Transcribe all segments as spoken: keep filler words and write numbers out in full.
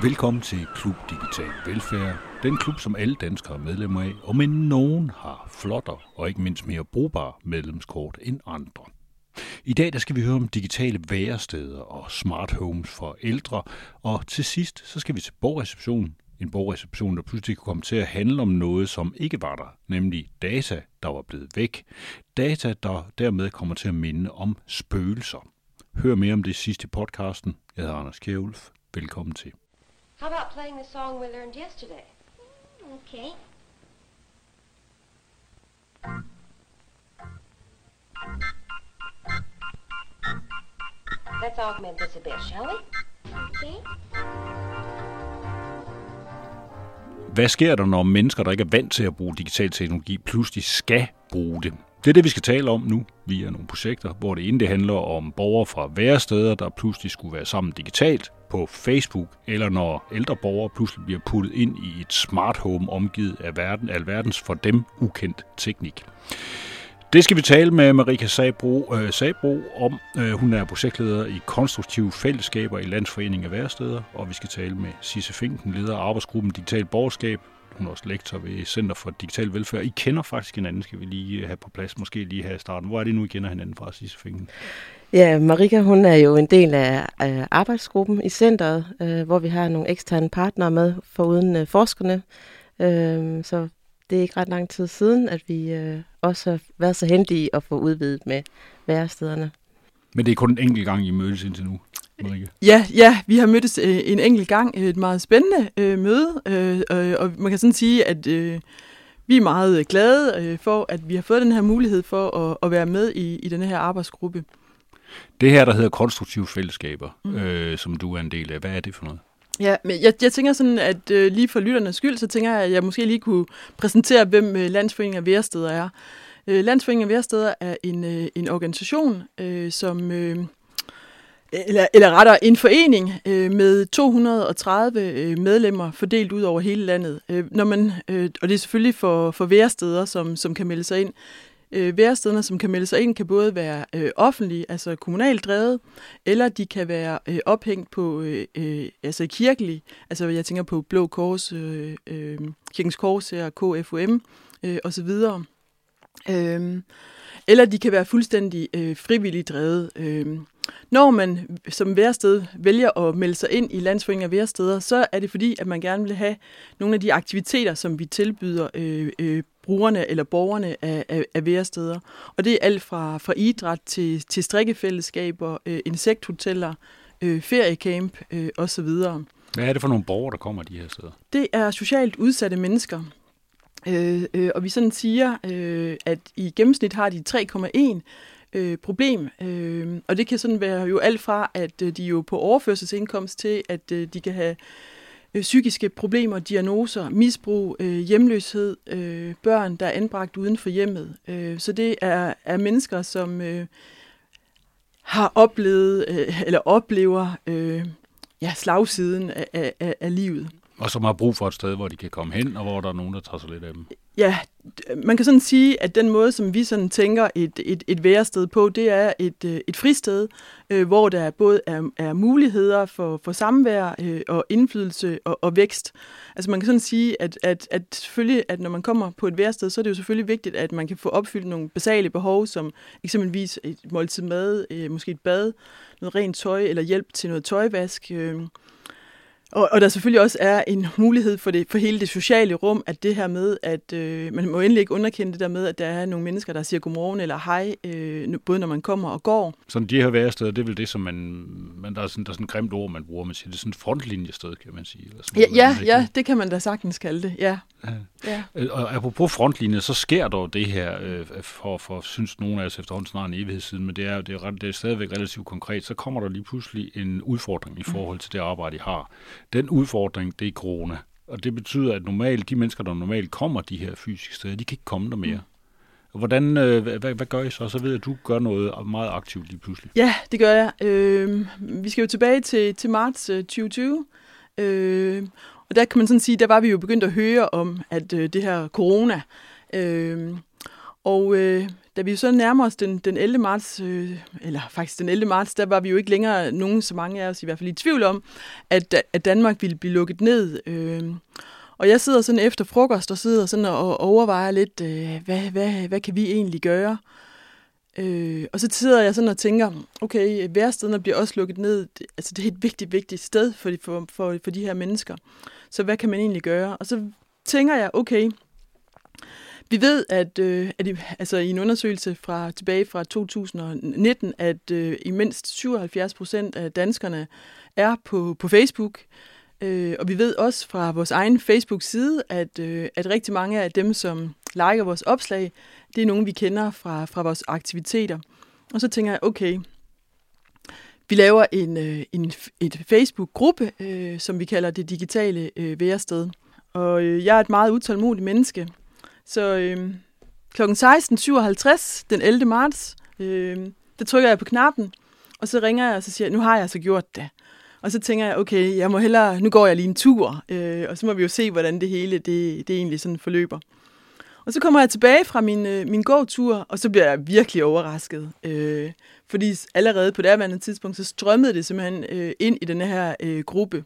Velkommen til Klub Digital Velfærd, den klub, som alle danskere er medlemmer af, og men nogen har flottere og ikke mindst mere brugbare medlemskort end andre. I dag der skal vi høre om digitale væresteder og smart homes for ældre, og til sidst så skal vi til bogreceptionen. En bogreception, der pludselig kunne komme til at handle om noget, som ikke var der, nemlig data, der var blevet væk. Data, der dermed kommer til at minde om spøgelser. Hør mere om det sidste i podcasten. Jeg hedder Anders Kjærulf. Velkommen til. How about playing the song we learned yesterday? Okay. Let's augment this a bit, shall we? Okay. Hvad sker der, når mennesker, der ikke er vant til at bruge digital teknologi, pludselig skal bruge det? Det er det, vi skal tale om nu via nogle projekter, hvor det ene det handler om borgere fra væresteder, der pludselig skulle være sammen digitalt på Facebook, eller når ældre borgere pludselig bliver puttet ind i et smart home omgivet af verden, alverdens for dem ukendt teknik. Det skal vi tale med Marika Sabro, øh, Sabro om. Øh, hun er projektleder i konstruktive fællesskaber i Landsforeningen af Væresteder, og vi skal tale med Sisse Finken, leder af arbejdsgruppen Digital Borgerskab. Hun er også lektor ved Center for Digital Velfærd. I kender faktisk hinanden, skal vi lige have på plads, måske lige her i starten. Hvor er det nu, I kender hinanden fra, Sisse Finken? Ja, Marika, hun er jo en del af, af arbejdsgruppen i centeret, øh, hvor vi har nogle eksterne partnere med, foruden øh, forskerne. Øh, så det er ikke ret lang tid siden, at vi øh, også har været så heldige at få udvidet med værestederne. Men det er kun en enkelt gang, I mødtes indtil nu, Marika? Ja, ja, vi har mødtes øh, en enkelt gang. Et meget spændende øh, møde, øh, øh, og man kan sådan sige, at øh, vi er meget glade øh, for, at vi har fået den her mulighed for at, at være med i, i den her arbejdsgruppe. Det her, der hedder konstruktive fællesskaber, mm. øh, som du er en del af, hvad er det for noget? Ja, men jeg, jeg tænker sådan, at øh, lige for lytternes skyld, så tænker jeg, at jeg måske lige kunne præsentere, hvem øh, Landsforeningen af Væresteder er. Øh, Landsforeningen af Væresteder er en, øh, en organisation, øh, som, øh, eller, eller rettere en forening øh, med to hundrede og tredive øh, medlemmer fordelt ud over hele landet. Øh, når man, øh, og det er selvfølgelig for, for væresteder, som, som kan melde sig ind. Øh, værestederne, som kan melde sig ind, kan både være øh, offentlige, altså kommunalt drevet, eller de kan være øh, ophængt på øh, øh, altså kirkelige, altså jeg tænker på Blå Kors, øh, øh, Kirkens Korshær, K F U M øh, osv. Øh, eller de kan være fuldstændig øh, frivilligt drevet. Øh, når man som værested vælger at melde sig ind i Landsforeningen af Væresteder, så er det fordi, at man gerne vil have nogle af de aktiviteter, som vi tilbyder øh, øh, brugerne eller borgerne af, af, af væresteder. Og det er alt fra, fra idræt til, til strikkefællesskaber, øh, insekthoteller, øh, feriecamp øh, osv. Hvad er det for nogle borgere, der kommer de her steder? Det er socialt udsatte mennesker. Øh, øh, og vi sådan siger, øh, at i gennemsnit har de tre komma en øh, problem. Øh, og det kan sådan være jo alt fra, at øh, de er jo på overførselsindkomst til, at øh, de kan have øh, psykiske problemer, diagnoser, misbrug, øh, hjemløshed, øh, børn, der er anbragt uden for hjemmet. Øh, så det er, er mennesker, som øh, har oplevet øh, eller oplever øh, ja, slagsiden af, af, af livet. Og som har brug for et sted, hvor de kan komme hen, og hvor der er nogen, der tager sig lidt af dem. Ja, man kan sådan sige, at den måde, som vi sådan tænker et, et, et værested på, det er et, et fristed, øh, hvor der både er, er muligheder for, for samvær øh, og indflydelse og, og vækst. Altså man kan sådan sige, at, at, at selvfølgelig, at når man kommer på et værested, så er det jo selvfølgelig vigtigt, at man kan få opfyldt nogle basale behov, som eksempelvis et måltid mad, øh, måske et bad, noget rent tøj eller hjælp til noget tøjvask. Øh, Og, og der selvfølgelig også er en mulighed for, det, for hele det sociale rum, at det her med, at øh, man må endelig ikke underkende det der med, at der er nogle mennesker, der siger godmorgen eller hej, øh, både når man kommer og går. Sådan de her væresteder, det er vel det, som man, man der er sådan, der er sådan et grimt ord, man bruger, man siger, det er sådan et frontlinjested, kan man sige. Eller sådan ja, noget, ja, ja, det kan man da sagtens kalde det, ja. Ja. Ja. Og apropos frontlinje, så sker der det her, øh, for, for synes nogen af os efterhånden snart en evighed siden, men det er, det, er, det er stadigvæk relativt konkret, så kommer der lige pludselig en udfordring i forhold til det arbejde, I har. Den udfordring, det er corona, og det betyder, at normalt, de mennesker, der normalt kommer de her fysiske steder, de kan ikke komme der mere. Mm. Hvordan, øh, hvad, hvad gør I så? Så ved jeg, at du gør noget meget aktivt lige pludselig. Ja, det gør jeg. Øh, vi skal jo tilbage til, til marts tyve tyve, øh, og der kan man sådan sige, der var vi jo begyndt at høre om, at øh, det her corona, øh, Og øh, da vi så nærmer os den, den ellevte marts, øh, eller faktisk den ellevte marts, der var vi jo ikke længere nogen, så mange af os i hvert fald i tvivl om, at, at Danmark ville blive lukket ned. Øh, og jeg sidder sådan efter frokost og sidder sådan og overvejer lidt, øh, hvad, hvad, hvad kan vi egentlig gøre? Øh, og så sidder jeg sådan og tænker, okay, værestederne bliver også lukket ned. Det, altså det er et vigtigt, vigtigt sted for de, for, for, for de her mennesker. Så hvad kan man egentlig gøre? Og så tænker jeg, okay, vi ved, at, øh, at i, altså i en undersøgelse fra tilbage fra to tusind nitten, at øh, i mindst syvoghalvfjerds procent af danskerne er på, på Facebook. Øh, og vi ved også fra vores egen Facebook-side, at, øh, at rigtig mange af dem, som liker vores opslag, det er nogen, vi kender fra, fra vores aktiviteter. Og så tænker jeg, okay, vi laver en, øh, en et Facebook-gruppe, øh, som vi kalder Det Digitale øh, Værested. Og øh, jeg er et meget utålmodigt menneske. Så øh, klokken seksten syvoghalvtreds den ellevte marts, øh, der trykker jeg på knappen, og så ringer jeg og så siger jeg, nu har jeg så gjort det. Og så tænker jeg, okay, jeg må hellere, nu går jeg lige en tur, øh, og så må vi jo se, hvordan det hele det, det egentlig sådan forløber. Og så kommer jeg tilbage fra min, øh, min gåtur, og så bliver jeg virkelig overrasket. Øh, fordi allerede på det her tidspunkt, så strømmede det simpelthen øh, ind i den her øh, gruppe.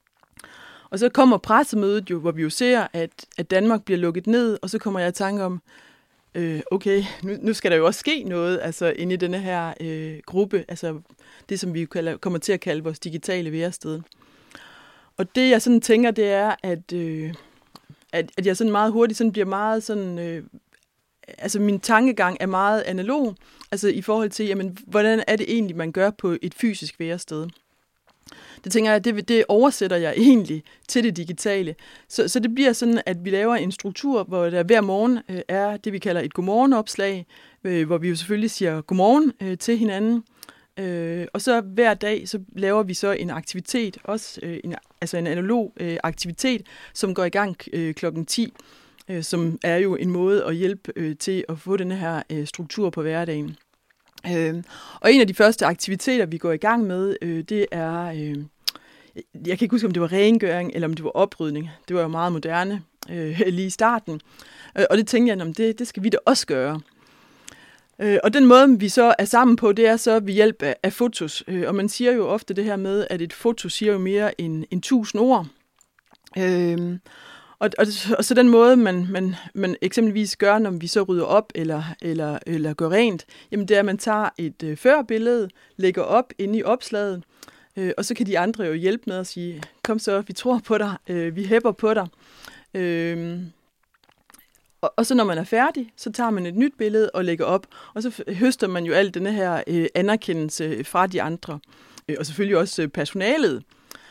Og så kommer pressemødet jo, hvor vi jo ser, at, at Danmark bliver lukket ned, og så kommer jeg i tanke om, øh, okay, nu, nu skal der jo også ske noget altså inde i denne her øh, gruppe, altså det, som vi kalder, kommer til at kalde vores digitale værested. Og det, jeg sådan tænker, det er, at, øh, at, at jeg sådan meget hurtigt sådan bliver meget sådan, øh, altså min tankegang er meget analog, altså i forhold til, jamen, hvordan er det egentlig, man gør på et fysisk værested. Det tænker jeg, det, det oversætter jeg egentlig til det digitale. Så, så det bliver sådan, at vi laver en struktur, hvor der hver morgen øh, er det, vi kalder et godmorgenopslag, øh, hvor vi jo selvfølgelig siger godmorgen øh, til hinanden. Øh, og så hver dag, så laver vi så en aktivitet, også øh, en, altså en analog øh, aktivitet, som går i gang øh, klokken ti, øh, som er jo en måde at hjælpe øh, til at få den her øh, struktur på hverdagen. Øh, og en af de første aktiviteter, vi går i gang med, øh, det er, øh, jeg kan ikke huske, om det var rengøring, eller om det var oprydning. Det var jo meget moderne øh, lige i starten. Øh, og det tænkte jeg, det, det skal vi da også gøre. Øh, og den måde, vi så er sammen på, det er så ved hjælp af, af fotos. Øh, og man siger jo ofte det her med, at et foto siger jo mere end, end tusind ord. Øh, Og, og, og så den måde, man, man, man eksempelvis gør, når vi så rydder op eller, eller, eller gør rent, jamen det er, at man tager et øh, førbillede, lægger op inde i opslaget, øh, og så kan de andre jo hjælpe med at sige, kom så, vi tror på dig, øh, vi hæpper på dig. Øh, og, og så når man er færdig, så tager man et nyt billede og lægger op, og så høster man jo alt denne her øh, anerkendelse fra de andre, øh, og selvfølgelig også øh, personalet.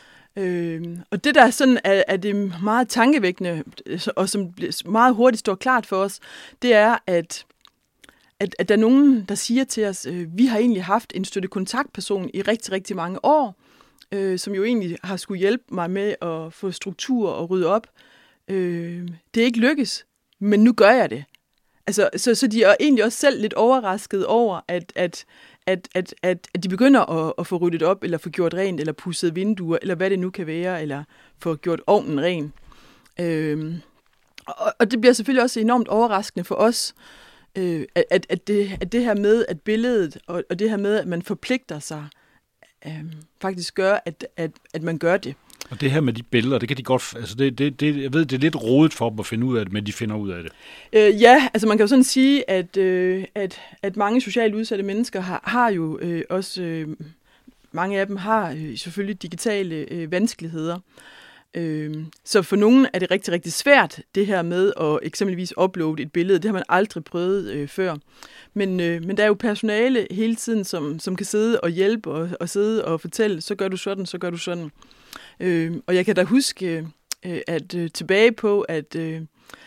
Øh, og det der sådan er, er det meget tankevækkende, og som meget hurtigt står klart for os, det er, at, at, at der er nogen, der siger til os, øh, vi har egentlig haft en støttekontaktperson i rigtig, rigtig mange år, øh, som jo egentlig har skulle hjælpe mig med at få struktur og rydde op. Øh, det er ikke lykkes, men nu gør jeg det. Altså, så, så de er egentlig også selv lidt overrasket over, at, at At, at, at, at de begynder at, at få ryddet op, eller få gjort rent, eller pudset vinduer, eller hvad det nu kan være, eller få gjort ovnen ren. Øhm, og, og det bliver selvfølgelig også enormt overraskende for os, øh, at, at, det, at det her med, at billedet, og, og det her med, at man forpligter sig, øh, faktisk gør, at, at, at man gør det. Og det her med de billeder, det kan de godt, altså det, det, det, jeg ved, det er lidt rodet for dem at finde ud af det, men de finder ud af det. Øh, ja, altså man kan jo sådan sige, at, øh, at, at mange socialt udsatte mennesker har, har jo øh, også, øh, mange af dem har øh, selvfølgelig digitale øh, vanskeligheder. Øh, så for nogen er det rigtig, rigtig svært, det her med at eksempelvis uploade et billede. Det har man aldrig prøvet øh, før. Men, øh, men der er jo personale hele tiden, som, som kan sidde og hjælpe og, og sidde og fortælle, så gør du sådan, så gør du sådan. Øh, og jeg kan da huske, øh, at øh, tilbage på, at, øh,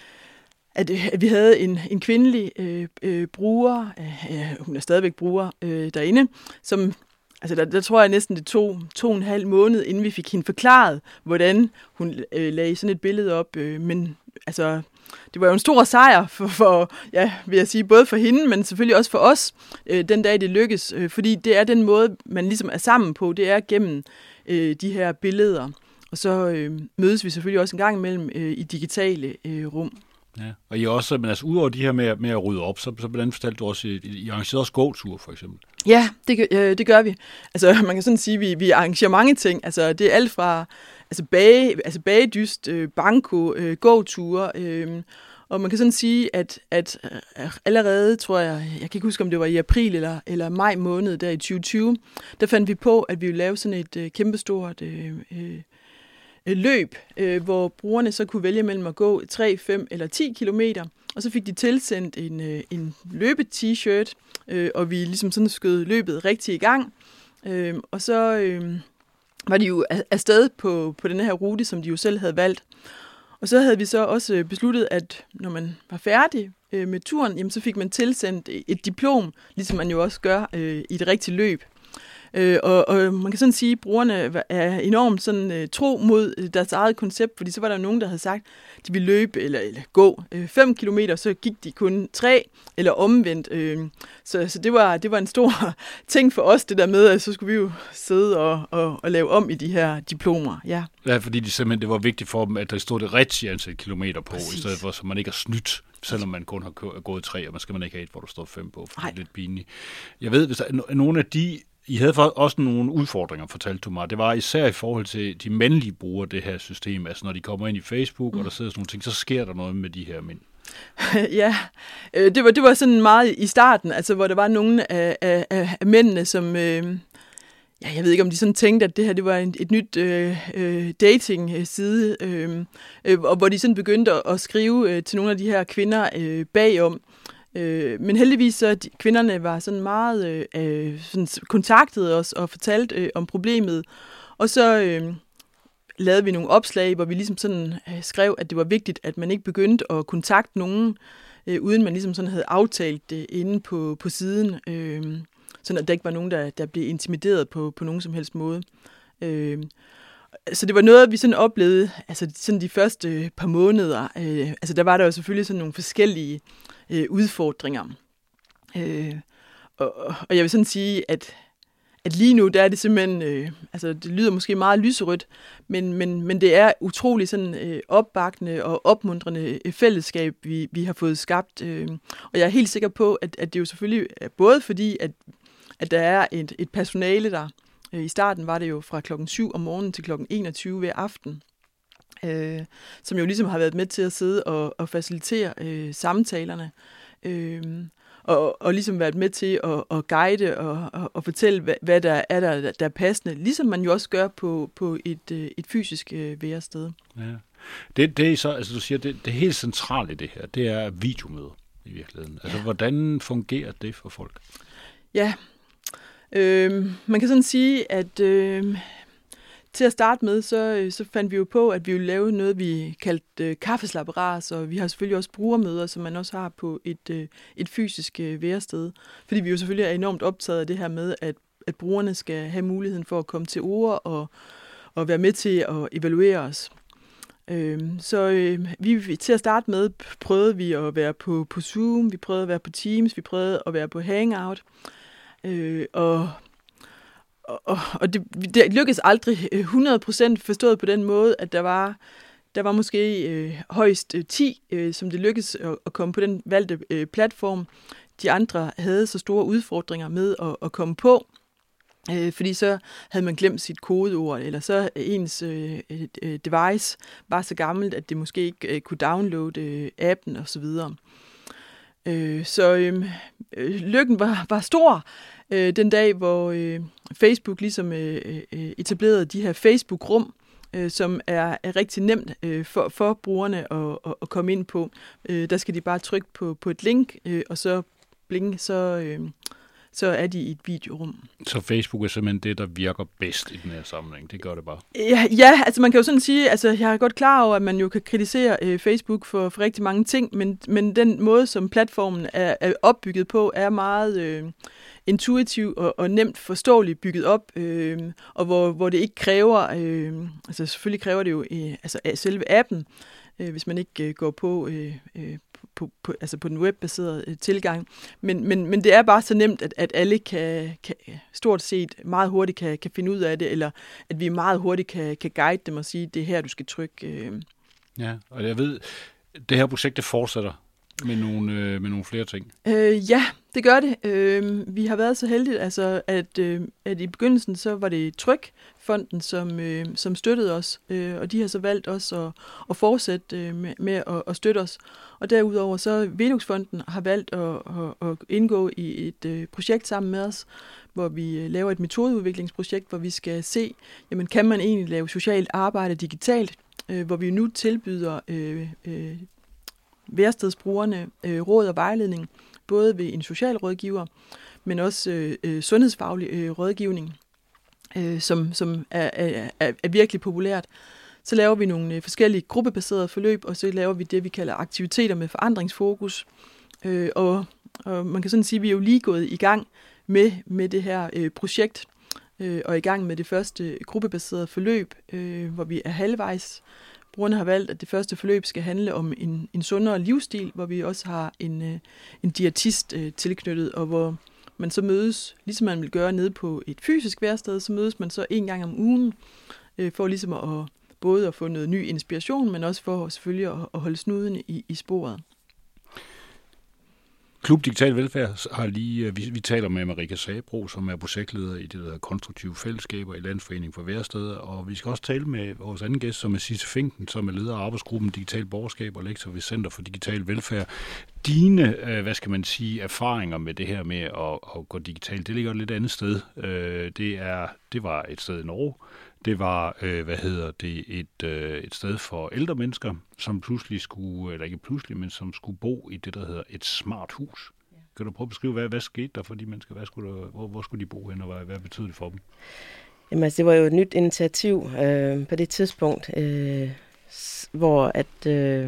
at, øh, at vi havde en, en kvindelig øh, øh, bruger, øh, hun er stadigvæk bruger øh, derinde, som, altså der, der tror jeg næsten det tog to og en halv måned, inden vi fik hende forklaret, hvordan hun øh, lagde sådan et billede op. Øh, men altså, det var jo en stor sejr for, for, ja, vil jeg sige, både for hende, men selvfølgelig også for os, øh, den dag det lykkes, øh, fordi det er den måde, man ligesom er sammen på, det er gennem øh, de her billeder. Og så øh, mødes vi selvfølgelig også en gang imellem øh, i digitale øh, rum. Ja, og I også, men altså udover de her med, med at rydde op, så, så hvordan fortalte du også, I, I arrangerede også gåture for eksempel? Ja, det, øh, det gør vi. Altså man kan sådan sige, at vi, vi arrangerer mange ting. Altså det er alt fra altså, bage, altså bagedyst, øh, banko, øh, gåture, øh, og man kan sådan sige, at, at øh, allerede, tror jeg, jeg kan ikke huske, om det var i april eller, eller maj måned der i tyve tyve, der fandt vi på, at vi ville lave sådan et øh, kæmpestort øh, øh, løb, øh, hvor brugerne så kunne vælge mellem at gå tre, fem eller ti kilometer, og så fik de tilsendt en, øh, en løbe-t-shirt, øh, og vi ligesom sådan skød løbet rigtig i gang, øh, og så øh, var de jo afsted på, på den her rute, som de jo selv havde valgt. Og så havde vi så også besluttet, at når man var færdig øh, med turen, jamen, så fik man tilsendt et diplom, ligesom man jo også gør øh, i et rigtigt løb. Øh, og, og man kan sådan sige, at brugerne er enormt sådan, øh, tro mod deres eget koncept, fordi så var der nogen, der havde sagt, at de ville løbe eller, eller gå øh, fem kilometer, så gik de kun tre, eller omvendt. Øh, så så det, var, det var en stor ting for os, det der med, at så skulle vi jo sidde og, og, og lave om i de her diplomer. Ja, ja, fordi de simpelthen, det var vigtigt for dem, at der stod det rigtige antal kilometer på, Præcis. I stedet for, så man ikke har snydt, selvom man kun har gået tre, og man skal man ikke have et, hvor der står fem på, for det er lidt pinligt. Jeg ved, hvis der er nogle af de I havde også nogle udfordringer, fortalte du mig. Det var især i forhold til de mandlige brugere, det her system. Altså når de kommer ind i Facebook, mm. og der sidder sådan nogle ting, så sker der noget med de her mænd. Ja, det var, det var sådan meget i starten, altså hvor der var nogle af, af, af mændene, som... Øh, ja, jeg ved ikke, om de sådan tænkte, at det her det var en, et nyt øh, øh, dating-side, øh, øh, og hvor de sådan begyndte at, at skrive øh, til nogle af de her kvinder øh, bagom. Øh, men heldigvis så de, kvinderne var sådan meget øh, sådan kontaktede os og fortalte øh, om problemet, og så øh, lavede vi nogle opslag, hvor vi ligesom sådan øh, skrev, at det var vigtigt, at man ikke begyndte at kontakte nogen, øh, uden man ligesom sådan havde aftalt det inde på, på siden, øh, sådan at der ikke var nogen, der, der blev intimideret på, på nogen som helst måde. Øh, Så det var noget, vi sådan oplevede, altså sådan de første par måneder. Øh, altså der var der jo selvfølgelig sådan nogle forskellige øh, udfordringer. Øh, og, og jeg vil sådan sige, at, at lige nu, der er det simpelthen, øh, altså det lyder måske meget lyserødt, men, men, men det er utrolig sådan øh, opbakkende og opmuntrende fællesskab, vi, vi har fået skabt. Øh, og jeg er helt sikker på, at, at det jo selvfølgelig er både fordi, at, at der er et, et personale, der i starten var det jo fra klokken syv om morgenen til klokken enogtyve ved aften, øh, som jo ligesom har været med til at sidde og, og facilitere øh, samtalerne, øh, og, og ligesom været med til at, at guide og, og, og fortælle, hvad, hvad der er, der, der er passende, ligesom man jo også gør på, på et, et fysisk øh, værested. Ja. Det, det er så, altså du siger, det, det helt centrale i det her, det er videomøder i virkeligheden. Altså ja. Hvordan fungerer det for folk? Ja, Øh, man kan sådan sige, at øh, til at starte med, så, så fandt vi jo på, at vi ville lave noget, vi kaldte øh, kaffeslapperas, og vi har selvfølgelig også brugermøder, som man også har på et, øh, et fysisk øh, værested. Fordi vi jo selvfølgelig er enormt optaget af det her med, at, at brugerne skal have muligheden for at komme til ord og, og være med til at evaluere os. Øh, så øh, vi, til at starte med prøvede vi at være på, på Zoom, vi prøvede at være på Teams, vi prøvede at være på Hangout. Øh, og og, og det, det lykkedes aldrig hundrede procent forstået på den måde, at der var, der var måske øh, højst øh, ti, øh, som det lykkedes at, at komme på den valgte øh, platform. De andre havde så store udfordringer med at, at komme på, øh, fordi så havde man glemt sit kodeord, eller så ens øh, øh, device var så gammelt, at det måske ikke øh, kunne downloade øh, appen osv. Øh, så øh, lykken var, var stor øh, den dag, hvor øh, Facebook ligesom øh, øh, etablerede de her Facebook-rum, øh, som er, er rigtig nemt øh, for, for brugerne at, at, at komme ind på. Øh, der skal de bare trykke på, på et link, øh, og så blinke, så, øh, så er de i et videorum. Så Facebook er simpelthen det, der virker bedst i den her sammenhæng. Det gør det bare. Ja, ja, altså man kan jo sådan sige, altså jeg er godt klar over, at man jo kan kritisere øh, Facebook for, for rigtig mange ting, men, men den måde, som platformen er, er opbygget på, er meget øh, intuitiv og, og nemt forståeligt bygget op, øh, og hvor, hvor det ikke kræver, øh, altså selvfølgelig kræver det jo øh, altså selve appen, øh, hvis man ikke øh, går på øh, øh, På, på, altså på den webbaserede øh, tilgang. Men, men, men det er bare så nemt, at, at alle kan, kan stort set meget hurtigt kan, kan finde ud af det, eller at vi meget hurtigt kan, kan guide dem og sige, det er her, du skal trykke. Øh. Ja, og jeg ved, Det her projekt, det fortsætter med nogle, øh, med nogle flere ting. Øh, ja, det gør det. Øh, vi har været så heldige, altså, at, øh, at i begyndelsen så var det Trykfonden, som, øh, som støttede os, øh, og de har så valgt også at, at fortsætte øh, med, med at, at støtte os. Og derudover så Velux-fonden har valgt at, at, at indgå i et øh, projekt sammen med os, hvor vi øh, laver et metodeudviklingsprojekt, hvor vi skal se, jamen, kan man egentlig lave socialt arbejde digitalt, øh, hvor vi nu tilbyder øh, øh, værstedsbrugerne øh, råd og vejledning, både ved en socialrådgiver, men også øh, øh, sundhedsfaglig øh, rådgivning, øh, som, som er, er, er, er virkelig populært. Så laver vi nogle øh, forskellige gruppebaserede forløb, og så laver vi det, vi kalder aktiviteter med forandringsfokus. Øh, og, og man kan sådan sige, at vi er jo lige gået i gang med, med det her øh, projekt, øh, og i gang med det første gruppebaserede forløb, øh, hvor vi er halvvejs. Brugerne har valgt, at det første forløb skal handle om en, en sundere livsstil, hvor vi også har en, øh, en diætist øh, tilknyttet, og hvor man så mødes, ligesom man vil gøre nede på et fysisk værsted, så mødes man så en gang om ugen, øh, for ligesom at både at få noget ny inspiration, men også for selvfølgelig at, at holde snuden i, i sporet. Klub Digital Velfærd har lige, vi, vi taler med Marika Sabro, som er projektleder i det der konstruktive fællesskaber i Landsforeningen for Væresteder, og vi skal også tale med vores anden gæst, som er Sisse Finken, som er leder af arbejdsgruppen Digital Borgerskab og lektor ved Center for Digital Velfærd. Dine, hvad skal man sige, erfaringer med det her med at, at gå digitalt, det ligger et lidt andet sted. Det, er, det var et sted i Norge. Det var, øh, hvad hedder det, et, øh, et sted for ældre mennesker, som pludselig skulle, eller ikke pludselig, men som skulle bo i det, der hedder et smart hus. Ja. Kan du prøve at beskrive, hvad, hvad skete der for de mennesker? Hvad skulle der, hvor, hvor skulle de bo hen, og hvad, hvad betød det for dem? Jamen, altså, det var jo et nyt initiativ øh, på det tidspunkt, øh, hvor at, øh,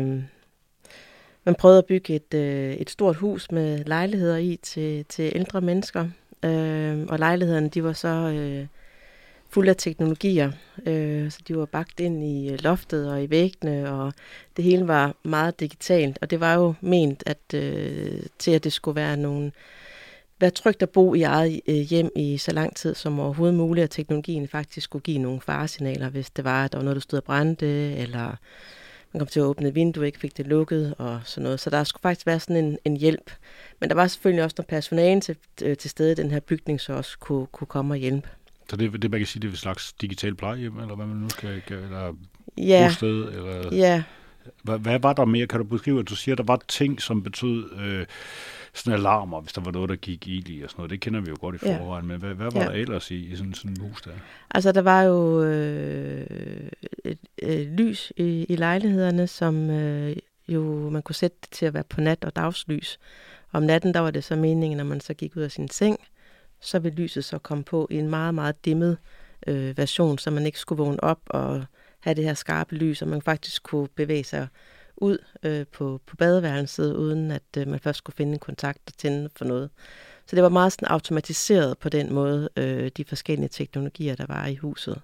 man prøvede at bygge et, øh, et stort hus med lejligheder i til, til ældre mennesker. Øh, og lejlighederne, de var så Øh, fuld af teknologier, øh, så de var bagt ind i loftet og i væggene, og det hele var meget digitalt, og det var jo ment at, øh, til, at det skulle være, nogle, være trygt at bo i eget øh, hjem i så lang tid som overhovedet muligt, at teknologien faktisk skulle give nogle faresignaler, hvis det var, at der var noget, der stod og brændte, eller man kom til at åbne et vindue, ikke fik det lukket, og sådan noget. Så der skulle faktisk være sådan en, en hjælp. Men der var selvfølgelig også noget personale til, til stede i den her bygning, så også kunne, kunne komme og hjælpe. Så det, det man kan sige, det er et slags digital plejehjem, eller hvad man nu skal, eller ja. bosted, eller ja. Hvad, hvad var der mere? Kan du beskrive, at du siger, at der var ting, som betød øh, sådan alarmer, hvis der var noget, der gik ild i og sådan noget. Det kender vi jo godt i forvejen, ja. Men hvad, hvad var ja. der ellers i, i sådan, sådan en hus der? Altså, der var jo øh, et, et lys i, i lejlighederne, som øh, jo man kunne sætte til at være på nat- og dagslys. Om natten, der var det så meningen, når man så gik ud af sin seng, så ville lyset så komme på i en meget, meget dimmet øh, version, så man ikke skulle vågne op og have det her skarpe lys, og man faktisk kunne bevæge sig ud øh, på, på badeværelset, uden at øh, man først skulle finde en kontakt og tænde for noget. Så det var meget sådan automatiseret på den måde, øh, de forskellige teknologier, der var i huset.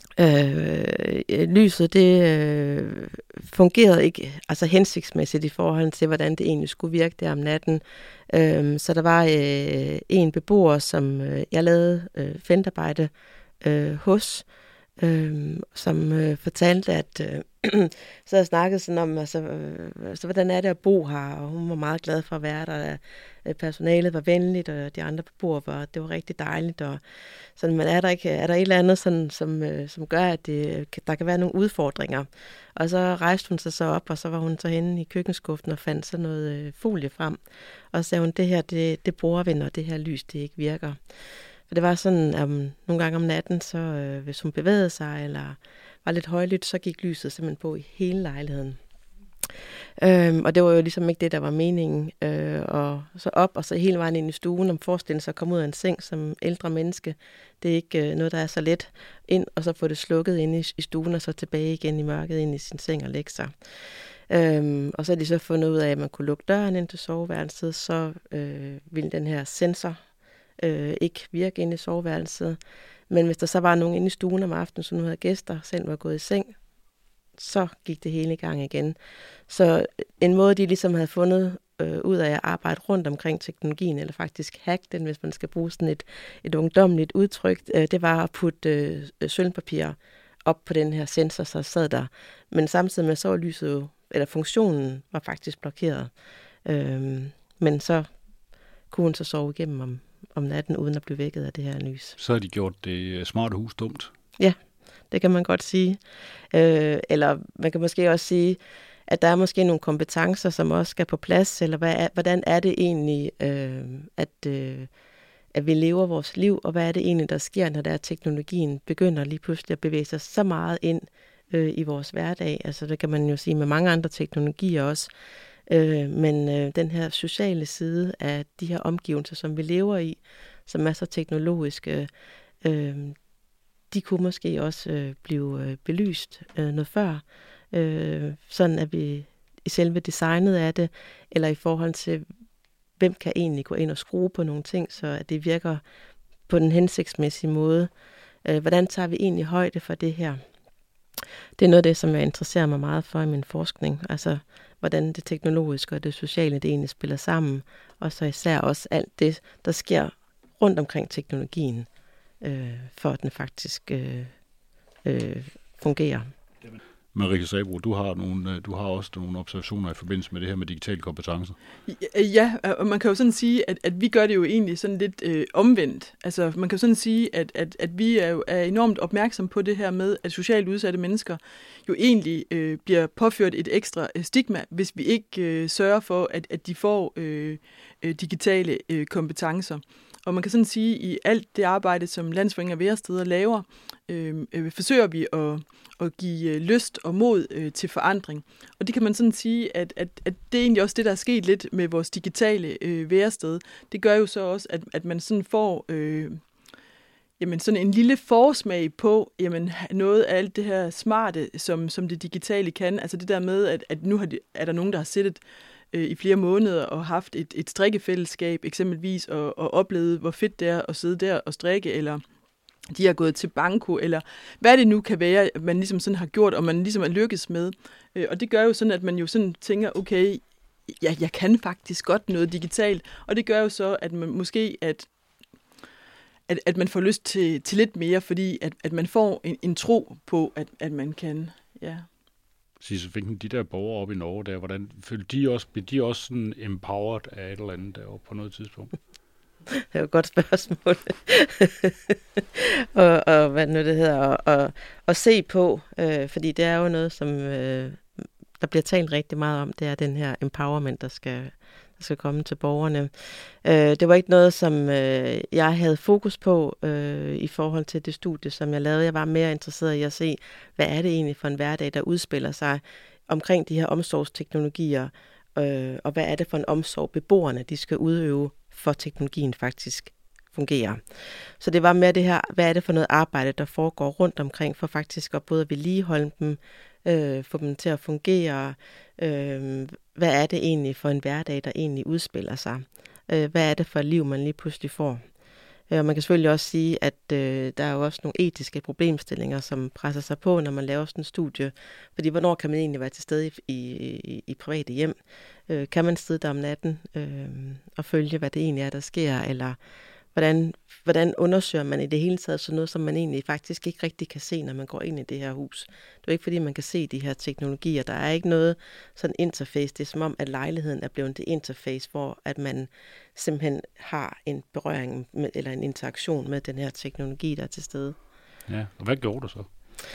Øh, lyset, det øh, fungerede ikke altså hensigtsmæssigt i forhold til, hvordan det egentlig skulle virke der om natten. Øh, så der var øh, en beboer, som øh, jeg lavede øh, feltarbejde øh, hos, øh, som øh, fortalte, at øh, så havde jeg snakket sådan om, altså, øh, altså, hvordan er det at bo her, og hun var meget glad for at være der. Personalet var venligt, og de andre beboere var, det var rigtig dejligt, og sådan, men er der ikke, er der et eller andet, sådan, som, øh, som gør, at det, der kan være nogle udfordringer? Og så rejste hun sig så op, og så var hun så henne i køkkenskuffen og fandt så noget øh, folie frem, og så sagde hun, det her, det, det bruger vi, når det her lys, det ikke virker. For det var sådan, um, nogle gange om natten, så øh, hvis hun bevægede sig, eller var lidt højlydt, så gik lyset simpelthen på i hele lejligheden. Øhm, og det var jo ligesom ikke det, der var meningen. Øh, og så op, og så hele vejen ind i stuen, om forestille sig at komme ud af en seng som ældre menneske. Det er ikke øh, noget, der er så let ind, og så få det slukket ind i, i stuen, og så tilbage igen i mørket ind i sin seng og lægge sig. Øhm, og så har de så fundet ud af, at man kunne lukke døren ind til soveværelset, så øh, ville den her sensor øh, ikke virke inde i soveværelset. Men hvis der så var nogen inde i stuen om aftenen, som nu havde gæster, selv var gået i seng, så gik det hele i gang igen. Så en måde, de ligesom havde fundet øh, ud af at arbejde rundt omkring teknologien, eller faktisk hacke den, hvis man skal bruge sådan et, et ungdommeligt udtryk, øh, det var at putte øh, sølvpapir op på den her sensor, så sad der. Men samtidig med så var lyset jo eller funktionen var faktisk blokeret. Øh, men så kunne hun så sove igennem om, om natten, uden at blive vækket af det her lys. Så har de gjort det smarte hus dumt. Ja, det kan man godt sige. Øh, eller man kan måske også sige, at der er måske nogle kompetencer, som også skal på plads, eller hvad er, hvordan er det egentlig, øh, at, øh, at vi lever vores liv, og hvad er det egentlig, der sker, når der er teknologien begynder lige pludselig at bevæge sig så meget ind øh, i vores hverdag. Altså det kan man jo sige med mange andre teknologier også. Øh, men øh, den her sociale side af de her omgivelser, som vi lever i, som er så teknologiske, øh, de kunne måske også øh, blive øh, belyst øh, noget før, øh, sådan at vi i selve designet af det, eller i forhold til, hvem kan egentlig gå ind og skrue på nogle ting, så at det virker på den hensigtsmæssige måde. Øh, hvordan tager vi egentlig højde for det her? Det er noget af det, som jeg interesserer mig meget for i min forskning, altså hvordan det teknologiske og det sociale, det egentlig spiller sammen, og så især også alt det, der sker rundt omkring teknologien, øh, for at den faktisk øh, øh, fungerer. Marika Sabroe, du har nogle, du har også nogle observationer i forbindelse med det her med digitale kompetencer. Ja, og man kan jo sådan sige, at, at vi gør det jo egentlig sådan lidt øh, omvendt. Altså man kan jo sådan sige, at, at, at vi er, jo, er enormt opmærksom på det her med, at socialt udsatte mennesker jo egentlig øh, bliver påført et ekstra stigma, hvis vi ikke øh, sørger for, at, at de får øh, digitale øh, kompetencer. Og man kan sådan sige, at i alt det arbejde, som Landsforeningen af Væresteder laver, øh, øh, forsøger vi at, at give øh, lyst og mod øh, til forandring. Og det kan man sådan sige, at, at, at det er egentlig også det, der er sket lidt med vores digitale øh, værested. Det gør jo så også, at, at man sådan får øh, jamen sådan en lille forsmag på jamen, noget af alt det her smarte, som, som det digitale kan. Altså det der med, at, at nu har det, er der nogen, der har siddet i flere måneder og haft et, et strikkefællesskab eksempelvis, og, og oplevet, hvor fedt det er at sidde der og strikke, eller de har gået til banko, eller hvad det nu kan være, man ligesom sådan har gjort, og man ligesom er lykkes med. Og det gør jo sådan, at man jo sådan tænker, okay, ja, jeg kan faktisk godt noget digitalt, og det gør jo så, at man måske, at at, at man får lyst til, til lidt mere, fordi at, at man får en, en tro på, at, at man kan, ja. Sisse Finken, de der borgere oppe i Norge der, hvordan følte de også, blev de også sådan empowered af et eller andet deroppe på noget tidspunkt? Det er jo et godt spørgsmål. og, og hvad nu det hedder, og, og, og se på, øh, fordi det er jo noget, som øh, der bliver talt rigtig meget om, det er den her empowerment, der skal, der skal komme til borgerne. Øh, det var ikke noget, som øh, jeg havde fokus på øh, i forhold til det studie, som jeg lavede. Jeg var mere interesseret i at se, hvad er det egentlig for en hverdag, der udspiller sig omkring de her omsorgsteknologier, øh, og hvad er det for en omsorg, beboerne de skal udøve, for teknologien faktisk fungerer. Så det var mere det her, hvad er det for noget arbejde, der foregår rundt omkring, for faktisk at både vedligeholde dem, øh, få dem til at fungere. Øh, hvad er det egentlig for en hverdag, der egentlig udspiller sig? Øh, hvad er det for et liv, man lige pludselig får? Øh, og man kan selvfølgelig også sige, at øh, der er jo også nogle etiske problemstillinger, som presser sig på, når man laver sådan en studie. Fordi hvornår kan man egentlig være til stede i, i, i private hjem? Øh, kan man sidde der om natten øh, og følge, hvad det egentlig er, der sker? Eller hvordan, hvordan undersøger man i det hele taget sådan noget, som man egentlig faktisk ikke rigtig kan se, når man går ind i det her hus? Det er ikke, fordi man kan se de her teknologier. Der er ikke noget sådan interface. Det er som om, at lejligheden er blevet det interface, hvor at man simpelthen har en berøring med, eller en interaktion med den her teknologi, der er til stede. Ja, og hvad gjorde du så?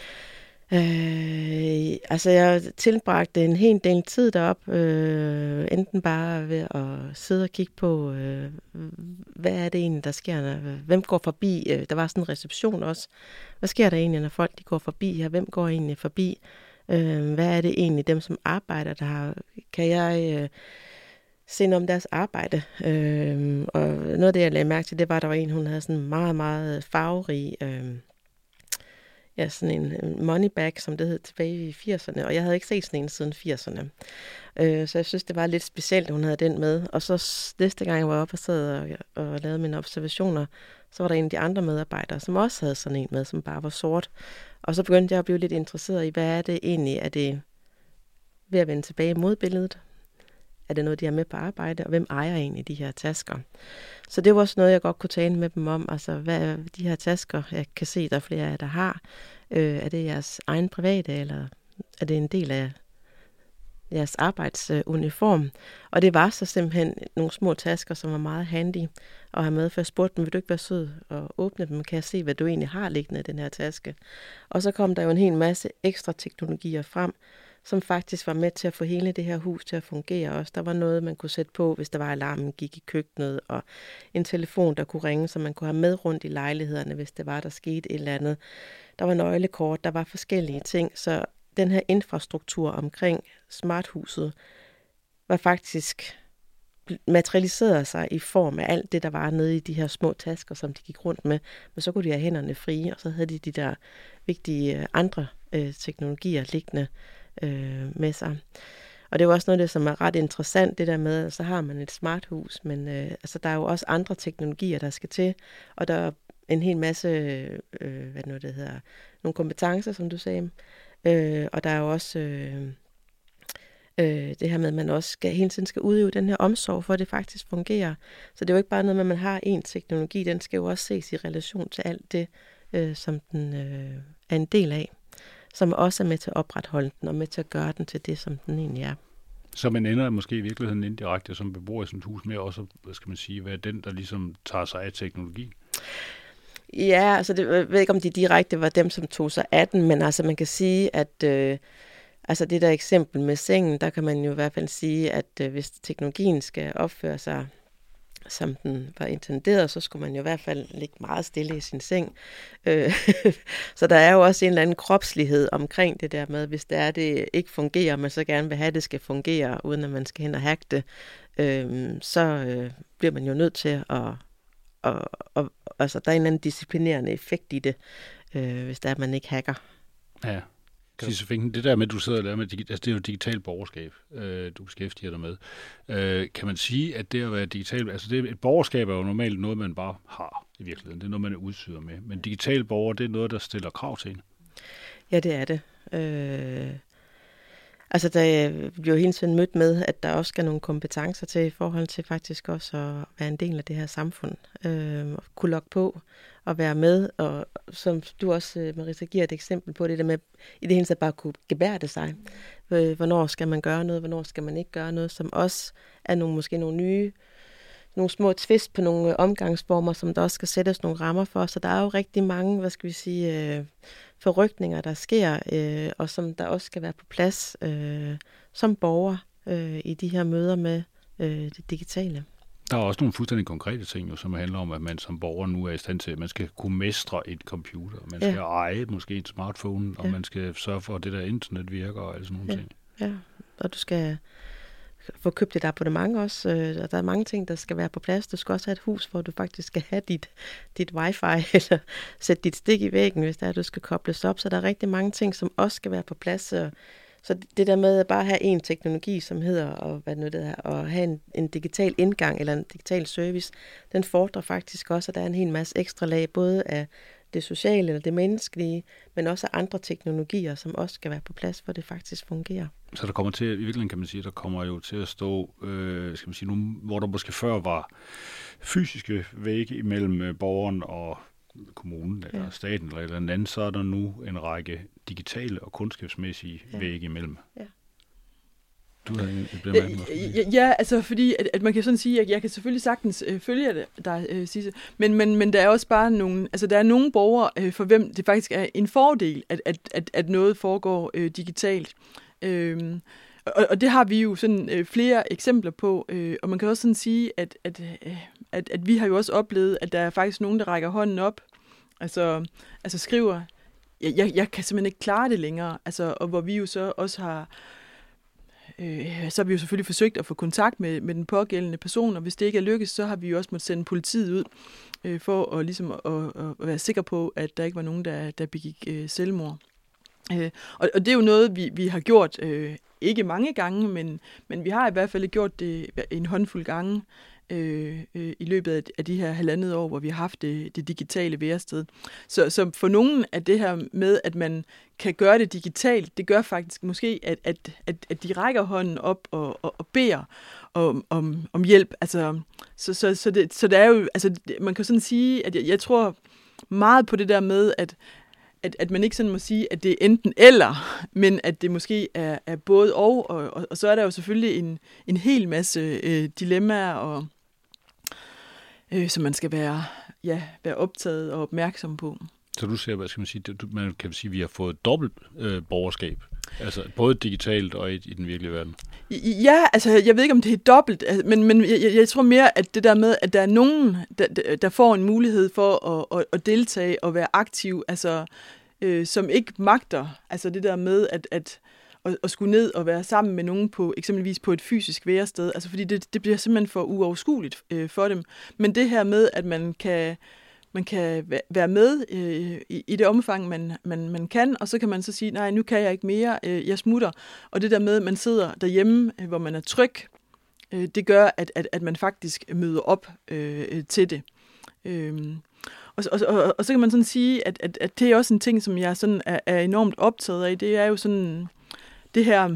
Øh, altså jeg tilbragte en hel del tid deroppe, øh, enten bare ved at sidde og kigge på, øh, hvad er det egentlig, der sker, når, hvem går forbi, øh, der var sådan en reception også, hvad sker der egentlig, når folk de går forbi her, hvem går egentlig forbi, øh, hvad er det egentlig, dem som arbejder der har, kan jeg øh, se noget om deres arbejde, øh, og noget af det, jeg lagde mærke til, det var, at der var en, hun havde sådan meget, meget farverig, øh, ja, sådan en money bag, som det hed tilbage i firserne, og jeg havde ikke set sådan en siden firserne. Øh, så jeg synes, det var lidt specielt, at hun havde den med. Og så næste gang, jeg var oppe og sad og, og lavede mine observationer, så var der en af de andre medarbejdere, som også havde sådan en med, som bare var sort. Og så begyndte jeg at blive lidt interesseret i, hvad er det egentlig? Er det ved at vende tilbage mod billedet? Er det noget, de har med på arbejde? Og hvem ejer egentlig de her tasker? Så det var også noget, jeg godt kunne tale med dem om. Altså, hvad er de her tasker? Jeg kan se, der er flere af jer, der har. Øh, er det jeres egen private, eller er det en del af jeres arbejdsuniform. Og det var så simpelthen nogle små tasker, som var meget handy at have med, for jeg spurgte dem, vil du ikke være sød og åbne dem, kan jeg se, hvad du egentlig har liggende i den her taske. Og så kom der jo en hel masse ekstra teknologier frem, som faktisk var med til at få hele det her hus til at fungere også. Der var noget, man kunne sætte på, hvis der var alarmen gik i køkkenet, og en telefon, der kunne ringe, så man kunne have med rundt i lejlighederne, hvis det var, der skete et eller andet. Der var nøglekort, der var forskellige ting, så den her infrastruktur omkring smarthuset var faktisk materialiseret sig i form af alt det, der var nede i de her små tasker, som de gik rundt med. Men så kunne de have hænderne frie, og så havde de de der vigtige andre øh, teknologier liggende øh, med sig. Og det er jo også noget af det, som er ret interessant, det der med, at så har man et smarthus, men øh, altså, der er jo også andre teknologier, der skal til, og der er en hel masse, øh, hvad nu det hedder, nogle kompetencer, som du sagde, øh, og der er jo også øh, øh, det her med, at man også skal, hele tiden skal udøve den her omsorg, for at det faktisk fungerer. Så det er jo ikke bare noget med, at man har en teknologi, den skal jo også ses i relation til alt det, øh, som den øh, er en del af, som også er med til at opretholde den, og med til at gøre den til det, som den egentlig er. Så man ender måske i virkeligheden indirekte som beboer i sådan et hus med også, hvad skal man sige, hvad er den, der ligesom tager sig af teknologi? Ja, altså det, jeg ved ikke, om de direkte var dem, som tog sig af den, men altså man kan sige, at øh, altså det der eksempel med sengen, der kan man jo i hvert fald sige, at øh, hvis teknologien skal opføre sig, som den var intenderet, så skulle man jo i hvert fald ligge meget stille i sin seng. Øh, så der er jo også en eller anden kropslighed omkring det der med, hvis det er, det ikke fungerer, men så gerne vil have, at det skal fungere, uden at man skal hen og hacke det, øh, så øh, bliver man jo nødt til at Og, og altså, der er en eller anden disciplinerende effekt i det, øh, hvis det er, at man ikke hacker. Ja. Sisse, det der med, at du sidder og laver med, altså det er jo digitalt borgerskab, øh, du beskæftiger dig med. Øh, kan man sige, at det at være digital, altså det, et borgerskab er jo normalt noget, man bare har i virkeligheden. Det er noget, man er udsyder med. Men digital borger, det er noget, der stiller krav til en. Ja, det er det. Øh, altså, der bliver jo hele tiden mødt med, at der også skal nogle kompetencer til i forhold til faktisk også at være en del af det her samfund. Øh, og kunne logge på og være med, og som du også, Marisa, giver et eksempel på, det der med i det hele taget bare kunne gebærde sig. Hvornår skal man gøre noget, hvornår skal man ikke gøre noget, som også er nogle, måske nogle nye, nogle små twist på nogle omgangsformer, som der også skal sættes nogle rammer for. Så der er jo rigtig mange, hvad skal vi sige, øh, forrykninger, der sker, øh, og som der også skal være på plads øh, som borger øh, i de her møder med øh, det digitale. Der er også nogle fuldstændig konkrete ting, jo, som handler om, at man som borger nu er i stand til, at man skal kunne mestre et computer, man skal ja. eje måske et smartphone, og ja. man skal sørge for, at det der internet virker og alle sådan nogle ja. ting. Ja, og du skal få købt et abonnement også. Der er mange ting, der skal være på plads. Du skal også have et hus, hvor du faktisk skal have dit, dit wifi, eller sætte dit stik i væggen, hvis der er, du skal kobles op. Så der er rigtig mange ting, som også skal være på plads. Så det der med at bare have en teknologi, som hedder, og hvad nu det er, at have en, en digital indgang eller en digital service, den fordrer faktisk også, at der er en hel masse ekstra lag, både af det sociale eller det menneskelige, men også af andre teknologier, som også skal være på plads, hvor det faktisk fungerer. Så der kommer til, i virkeligheden kan man sige, der kommer jo til at stå, øh, skal man sige, nu, hvor der måske før var fysiske vægge imellem borgeren og kommunen eller ja. staten eller et eller andet, så er der nu en række digitale og kundskabsmæssige ja. vægge imellem. Ja. Du har en bemærkning. Ja, ja, altså fordi, at, at man kan sådan sige, at jeg kan selvfølgelig sagtens øh, følge dig, øh, Sisse, men, men, men der er også bare nogle, altså der er nogle borgere, øh, for hvem det faktisk er en fordel, at, at, at, at noget foregår øh, digitalt. Øh, og, og det har vi jo sådan øh, flere eksempler på, øh, og man kan også sådan sige, at, at, øh, at, at vi har jo også oplevet, at der er faktisk nogen, der rækker hånden op, altså, altså skriver, jeg, jeg, jeg kan simpelthen ikke klare det længere, altså, og hvor vi jo så også har Øh, så har vi jo selvfølgelig forsøgt at få kontakt med, med den pågældende person, og hvis det ikke er lykkes, så har vi jo også måttet sende politiet ud, øh, for at, ligesom, at, at være sikker på, at der ikke var nogen, der, der begik øh, selvmord. Øh, og, og det er jo noget, vi, vi har gjort, øh, ikke mange gange, men, men vi har i hvert fald gjort det en håndfuld gange, Øh, øh, i løbet af, af de her halvandet år, hvor vi har haft det, det digitale værested. Så, så for nogen af det her med, at man kan gøre det digitalt, det gør faktisk måske, at, at, at, at de rækker hånden op og, og, og beder om, om, om hjælp. Altså, så, så, så, det, så det er jo, altså, man kan sådan sige, at jeg, jeg tror meget på det der med, at at, at man ikke sådan må sige, at det er enten eller, men at det måske er, er både og, og, og, og så er der jo selvfølgelig en, en hel masse øh, dilemmaer, og, øh, som man skal være, ja, være optaget og opmærksom på. Så du ser, hvad skal man sige, du, man kan sige, at vi har fået dobbelt øh, borgerskab, altså både digitalt og i, i den virkelige verden. Ja, altså jeg ved ikke, om det er dobbelt, men, men jeg, jeg tror mere, at det der med, at der er nogen, der, der får en mulighed for at, at, at deltage og være aktiv, altså øh, som ikke magter, altså det der med at, at, at, at skulle ned og være sammen med nogen på eksempelvis på et fysisk værested, altså fordi det, det bliver simpelthen for uoverskueligt øh, for dem. Men det her med, at man kan Man kan være med øh, i, i det omfang, man, man, man kan, og så kan man så sige, nej, nu kan jeg ikke mere, øh, jeg smutter. Og det der med, at man sidder derhjemme, øh, hvor man er tryg, øh, det gør, at, at, at man faktisk møder op øh, til det. Øh, og, og, og, og så kan man sådan sige, at, at, at det er også en ting, som jeg sådan er, er enormt optaget af. Det er jo sådan det her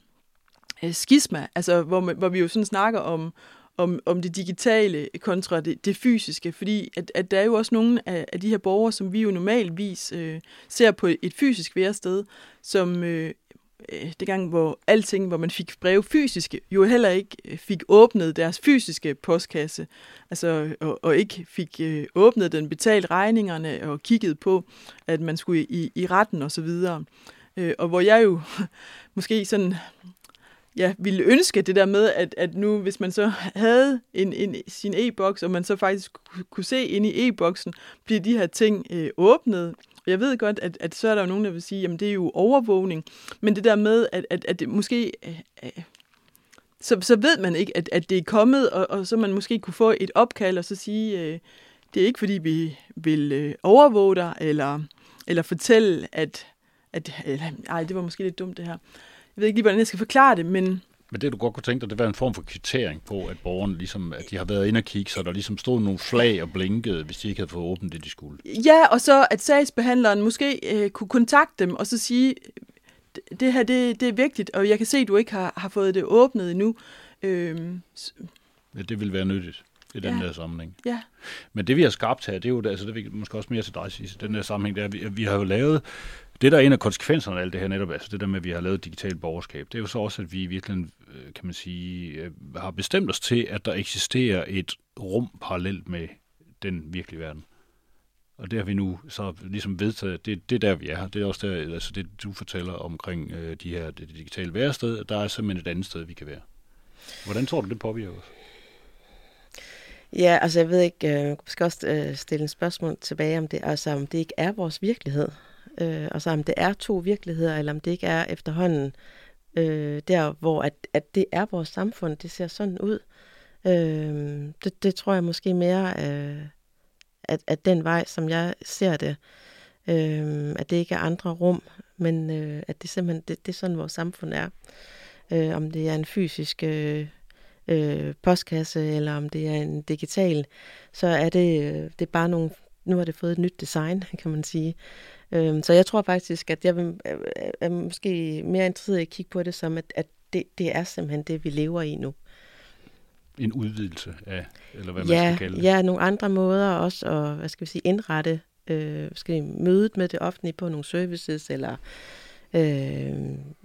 øh, skisma, altså hvor, man, hvor vi jo sådan snakker om, Om, om det digitale kontra det, det fysiske, fordi at, at der er jo også nogle af, af de her borgere, som vi jo normalvis øh, ser på et fysisk værested, som øh, det gang, hvor alting, hvor man fik breve fysiske, jo heller ikke fik åbnet deres fysiske postkasse, altså og, og ikke fik øh, åbnet den, betalt regningerne og kigget på, at man skulle i, i retten og så videre. Øh, og hvor jeg jo måske sådan ja, ville ønske det der med, at, at nu, hvis man så havde en, en, sin e-boks, og man så faktisk kunne se ind i e-boksen, bliver de her ting øh, åbnet. Og jeg ved godt, at, at så er der jo nogen, der vil sige, jamen det er jo overvågning. Men det der med, at, at, at det måske... Øh, øh, så, så ved man ikke, at, at det er kommet, og, og så man måske kunne få et opkald og så sige, øh, det er ikke fordi, vi vil øh, overvåge dig, eller, eller fortælle, at... at eller, ej, det var måske lidt dumt det her. Jeg ved ikke lige, hvordan jeg skal forklare det, men... Men det, du godt kunne tænke dig, det var en form for kvittering på, at borgerne ligesom, at de har været inde og kigge, så der ligesom stod nogle flag og blinkede, hvis de ikke havde fået åbent det, de skulle. Ja, og så at sagsbehandleren måske øh, kunne kontakte dem og så sige, det her, det, det er vigtigt, og jeg kan se, at du ikke har, har fået det åbnet endnu. Øhm, ja, det vil være nyttigt i den ja. der sammenhæng. Ja. Men det, vi har skabt her, det er jo, altså det er måske også mere til dig, Sisse, den der sammenhæng, det er, vi, vi har jo lavet. Det, der er en af konsekvenserne af alt det her netop, altså det der med, at vi har lavet digitalt borgerskab, det er jo så også, at vi virkelig, kan man sige, har bestemt os til, at der eksisterer et rum parallelt med den virkelige verden. Og det har vi nu så ligesom vedtaget, det, det er der, vi er her. Det er også der, altså det, du fortæller omkring øh, de her det digitale værested, der er simpelthen et andet sted, vi kan være. Hvordan tror du, det påvirker os? Ja, altså jeg ved ikke, jeg skal også øh, stille en spørgsmål tilbage, om det, altså, om det ikke er vores virkelighed. Øh, og så om det er to virkeligheder, eller om det ikke er efterhånden øh, der, hvor at, at det er vores samfund, det ser sådan ud. Øh, det, det tror jeg måske mere, øh, at, at den vej, som jeg ser det, øh, at det ikke er andre rum, men øh, at det simpelthen, det, det er sådan, vores samfund er. Øh, om det er en fysisk øh, øh, postkasse, eller om det er en digital, så er det, øh, det er bare nogle, nu har det fået et nyt design, kan man sige. Så jeg tror faktisk, at jeg vil, er måske mere interesseret i at kigge på det som, at, at det, det er simpelthen det, vi lever i nu. En udvidelse af, eller hvad ja, man skal kalde det. Ja, nogle andre måder også at, hvad skal vi sige, indrette øh, skal vi mødet med det offentlige på nogle services, eller øh,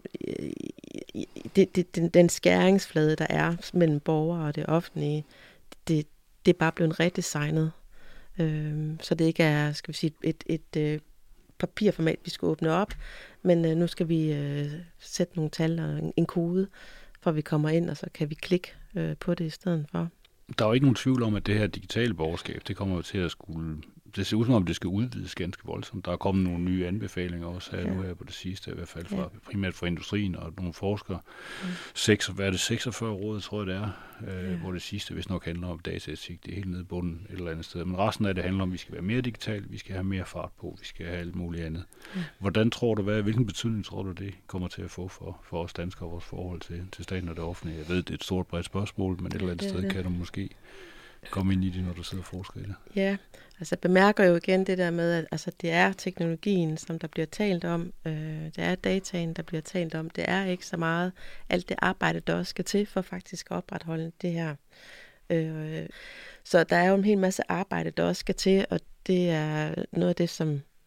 det, det, den, den skæringsflade, der er mellem borgere og det offentlige, det, det er bare blevet redesignet. Øh, så det ikke er, skal vi sige, et, et, et papirformat, vi skal åbne op, men øh, nu skal vi øh, sætte nogle tal og en, en kode, for vi kommer ind, og så kan vi klikke øh, på det i stedet for. Der er jo ikke nogen tvivl om, at det her digitale borgerskab, det kommer jo til at skulle, det ser ud som om, det skal udvides ganske voldsomt. Der er kommet nogle nye anbefalinger også her, ja. Nu her på det sidste, i hvert fald fra, ja. primært fra industrien og nogle forskere. Mm. seks, hvad er det, seksogfyrre råd, tror jeg det er, øh, ja. Hvor det sidste, hvis nok handler om dataetik, det er helt nede i bunden et eller andet sted. Men resten af det handler om, at vi skal være mere digitale, vi skal have mere fart på, vi skal have alt muligt andet. Ja. Hvordan tror du, hvad, hvilken betydning tror du, det kommer til at få for, for os danskere og vores forhold til, til staten og det offentlige? Jeg ved, det er et stort bredt spørgsmål, men et eller andet ja, sted det. Kan du måske komme ind i det, når du sidder og forsker i det. Ja, altså jeg bemærker jo igen det der med, at altså, det er teknologien, som der bliver talt om. Øh, det er dataen, der bliver talt om. Det er ikke så meget alt det arbejde, der også skal til for faktisk at opretholde det her. Øh, så der er jo en hel masse arbejde, der også skal til, og det er noget af det, som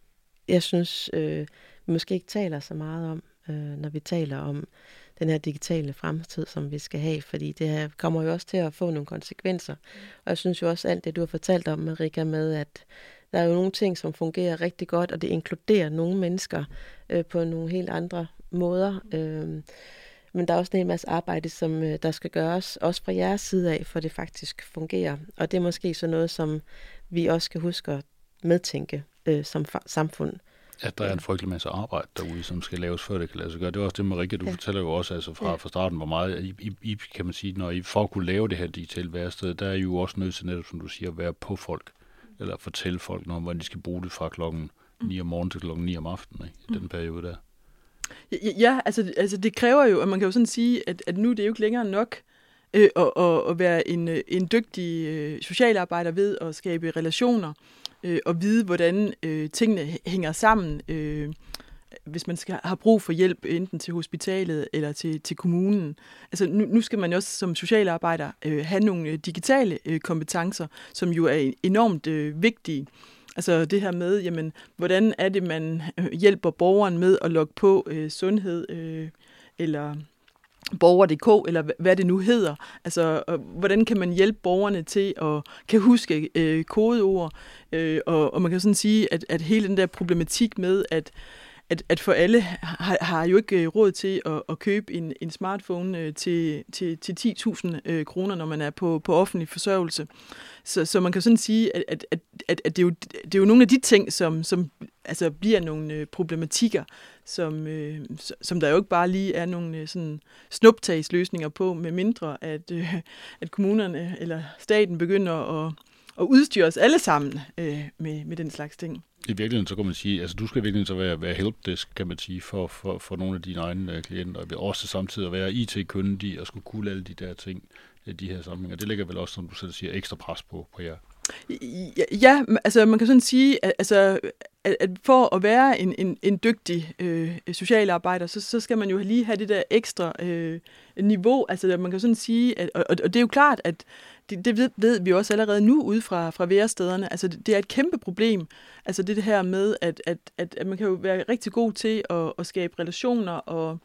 jeg synes, øh, vi måske ikke taler så meget om, øh, når vi taler om den her digitale fremtid, som vi skal have, fordi det her kommer jo også til at få nogle konsekvenser. Og jeg synes jo også alt det, du har fortalt om, Marika, med at der er jo nogle ting, som fungerer rigtig godt, og det inkluderer nogle mennesker øh, på nogle helt andre måder. Øh, men der er også en hel masse arbejde, som øh, der skal gøres, også fra jeres side af, for det faktisk fungerer. Og det er måske så noget, som vi også skal huske at medtænke øh, som fa- samfund. At der er en frygtelig masse arbejde derude, som skal laves, før det kan lade sig gøre. Det er også det, Marika, du ja. fortæller jo også altså fra, ja. fra starten, hvor meget I, I, kan man sige, når I for at kunne lave det her digitale værested, der er I jo også nødt til netop, som du siger, at være på folk, eller fortælle folk noget om, hvordan de skal bruge det fra klokken ni om morgenen til klokken ni om aftenen, ikke? I den periode der. Ja, ja altså, altså det kræver jo, at man kan jo sådan sige, at, at nu det er jo ikke længere nok øh, at, at, at være en, en dygtig øh, socialarbejder ved at skabe relationer, øh, og vide, hvordan øh, tingene hænger sammen, øh, hvis man skal have brug for hjælp, enten til hospitalet eller til, til kommunen. Altså nu, nu skal man jo også som socialarbejder øh, have nogle digitale øh, kompetencer, som jo er enormt øh, vigtige. Altså det her med, jamen, hvordan er det, man hjælper borgeren med at logge på øh, sundhed, øh, eller borger punktum d k, eller hvad det nu hedder. Altså, hvordan kan man hjælpe borgerne til at kan huske øh, kodeord, øh, og, og man kan sådan sige, at, at hele den der problematik med, at At, at for alle har, har jo ikke råd til at, at købe en, en smartphone øh, til, til, til ti tusind øh, kroner, når man er på, på offentlig forsørgelse. Så, så man kan sådan sige, at, at, at, at det, er jo, det er jo nogle af de ting, som, som altså bliver nogle øh, problematikker, som, øh, som der jo ikke bare lige er nogle øh, sådan snuptagsløsninger på, med mindre at, øh, at kommunerne eller staten begynder at, at udstyre os alle sammen øh, med, med den slags ting. I virkeligheden, så kan man sige, altså du skal virkelig så være, være helpdesk, kan man sige, for, for, for nogle af dine egne uh, klienter, og også samtidig at være I T-kyndig og skulle kunne alle de der ting, de her samlinger. Det lægger vel også, som du selv siger, ekstra pres på, på jer. Ja, ja, altså man kan sådan sige, at, altså, at, at for at være en, en, en dygtig øh, socialarbejder, så, så skal man jo lige have det der ekstra øh, niveau. Altså man kan sådan sige, at, og, og det er jo klart, at det, det ved, ved vi også allerede nu ude fra, fra værestederne. Altså det, det er et kæmpe problem. Altså det, det her med, at, at, at, at man kan jo være rigtig god til at, at skabe relationer og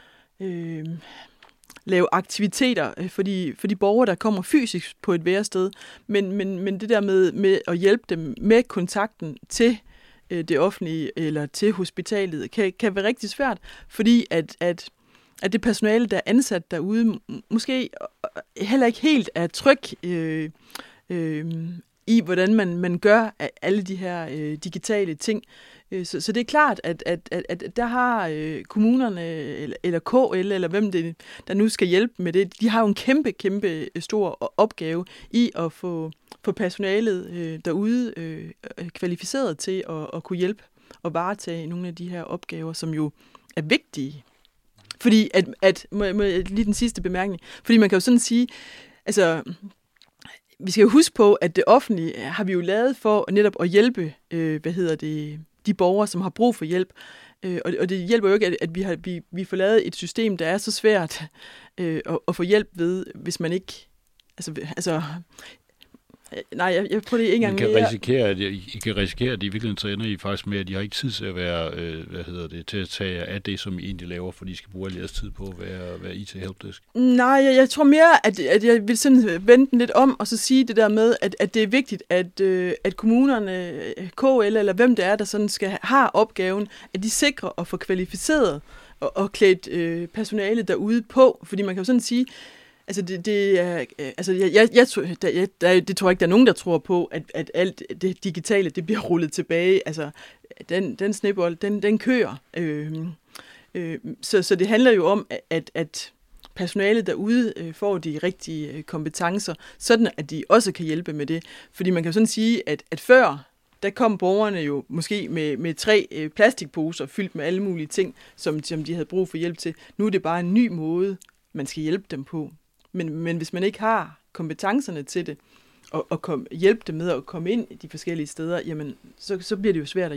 øh, lave aktiviteter for de, for de borgere, der kommer fysisk på et værested. Men, men, men det der med, med at hjælpe dem med kontakten til øh, det offentlige eller til hospitalet, kan, kan være rigtig svært, fordi at, at, at det personale, der er ansat derude, måske heller ikke helt er tryg øh, øh, i, hvordan man, man gør alle de her øh, digitale ting. Så, så det er klart, at, at, at, at der har øh, kommunerne eller, eller K L, eller hvem det der nu skal hjælpe med det, de har jo en kæmpe, kæmpe stor opgave i at få, få personalet øh, derude øh, kvalificeret til at, at kunne hjælpe og varetage nogle af de her opgaver, som jo er vigtige. Fordi, at, at må, må, lige den sidste bemærkning, fordi man kan jo sådan sige, altså vi skal jo huske på, at det offentlige har vi jo lavet for netop at hjælpe, øh, hvad hedder det, de borgere, som har brug for hjælp. Øh, og, og det hjælper jo ikke, at, at vi, har, vi, vi får lavet et system, der er så svært øh, at, at få hjælp ved, hvis man ikke... Altså, altså nej, jeg, jeg prøver det ikke engang kan mere. Risikere, at, I kan risikere, at I virkelig så ender I faktisk med, at de har ikke tid til at være, øh, hvad hedder det, til at tage af det, som I egentlig laver, fordi I skal bruge al jeres tid på at være, være I T-helpdesk. Nej, jeg, jeg tror mere, at, at jeg vil sådan vende den lidt om, og så sige det der med, at, at det er vigtigt, at, øh, at kommunerne, K L eller hvem det er, der sådan skal have opgaven, at de sikrer at få kvalificeret og, og klædt øh, personale derude på, fordi man kan jo sådan sige, Altså, det, det er, altså jeg, jeg, jeg, der, der, det tror jeg ikke, der er nogen, der tror på, at, at alt det digitale, det bliver rullet tilbage. Altså, den, den snebold, den, den kører. Øh, øh, så, så det handler jo om, at, at personalet derude øh, får de rigtige kompetencer, sådan at de også kan hjælpe med det. Fordi man kan jo sådan sige, at, at før, der kom borgerne jo måske med, med tre øh, plastikposer fyldt med alle mulige ting, som, som de havde brug for hjælp til. Nu er det bare en ny måde, man skal hjælpe dem på. Men, men hvis man ikke har kompetencerne til det, og, og kom, hjælpe dem med at komme ind i de forskellige steder, jamen, så, så bliver det jo svært at hjælpe.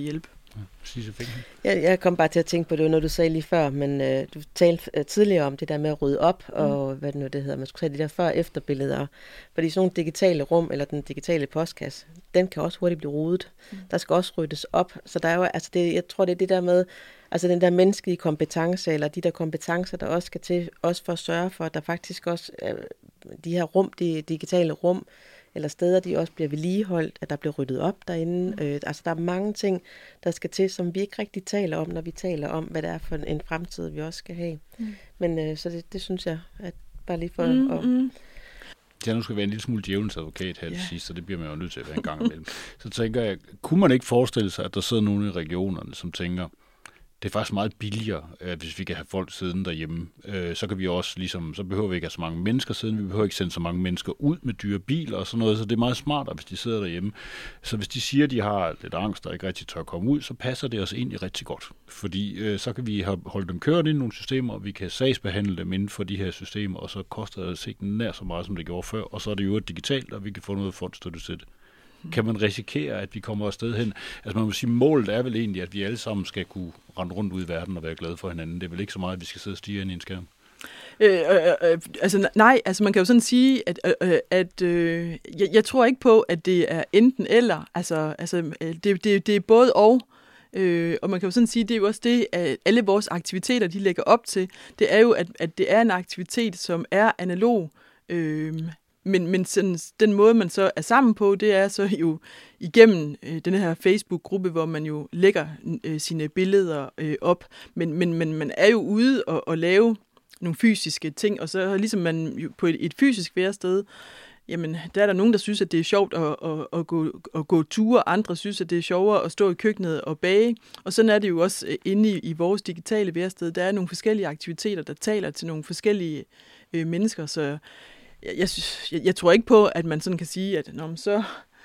Jeg, jeg kom bare til at tænke på det, når du sagde lige før, men øh, du talte øh, tidligere om det der med at rydde op, mm. og hvad det nu det hedder, man skulle tage de der før-efter-billeder. Fordi sådan nogle digitale rum, eller den digitale postkasse, den kan også hurtigt blive rodet. Mm. Der skal også ryddes op, så der er jo, altså det, jeg tror, det er det der med, altså den der menneskelige kompetence, eller de der kompetencer, der også skal til, også for at sørge for, at der faktisk også, øh, de her rum, de digitale rum, eller steder, de også bliver vedligeholdt, at der bliver ryddet op derinde. Mm. Øh, altså, der er mange ting, der skal til, som vi ikke rigtig taler om, når vi taler om, hvad det er for en fremtid, vi også skal have. Mm. Men øh, så det, det synes jeg, at bare lige for mm, at... Mm. Ja, nu skal være en lille smule djævelens advokat her til yeah. sidst, så det bliver man jo nødt til at være en gang imellem. Så tænker jeg, kunne man ikke forestille sig, at der sidder nogle i regionerne, som tænker, det er faktisk meget billigere, hvis vi kan have folk siddende derhjemme. Så kan vi også ligesom, så behøver vi ikke have så mange mennesker siddende, vi behøver ikke sende så mange mennesker ud med dyre biler og sådan noget, så det er meget smartere, hvis de sidder derhjemme. Så hvis de siger, at de har lidt angst og ikke rigtig tør at komme ud, så passer det os egentlig rigtig godt. Fordi øh, så kan vi holde dem kørende i nogle systemer, og vi kan sagsbehandle dem inden for de her systemer, og så koster det ikke nær så meget, som det gjorde før, og så er det jo digitalt, og vi kan få noget fondstøtte til det. Kan man risikere, at vi kommer afsted hen? Altså man må sige, målet er vel egentlig, at vi alle sammen skal kunne rende rundt ud i verden og være glade for hinanden. Det er vel ikke så meget, at vi skal sidde og stige ind i en skærm? Øh, øh, øh, altså nej, altså man kan jo sådan sige, at, øh, at øh, jeg, jeg tror ikke på, at det er enten eller. Altså, altså det, det, det er både og. Øh, og man kan jo sådan sige, det er jo også det, at alle vores aktiviteter, de lægger op til. Det er jo, at, at det er en aktivitet, som er analog. Øh, Men, men sådan, den måde, man så er sammen på, det er så jo igennem øh, den her Facebook-gruppe, hvor man jo lægger øh, sine billeder øh, op. Men, men, men man er jo ude og, og lave nogle fysiske ting, og så ligesom man jo på et, et fysisk værested, jamen der er der nogen, der synes, at det er sjovt at, at, at, gå, at gå ture, andre synes, at det er sjovere at stå i køkkenet og bage. Og sådan er det jo også inde i, i vores digitale værested. Der er nogle forskellige aktiviteter, der taler til nogle forskellige øh, mennesker, så Jeg, jeg, synes, jeg, jeg tror ikke på, at man sådan kan sige, at Nå, så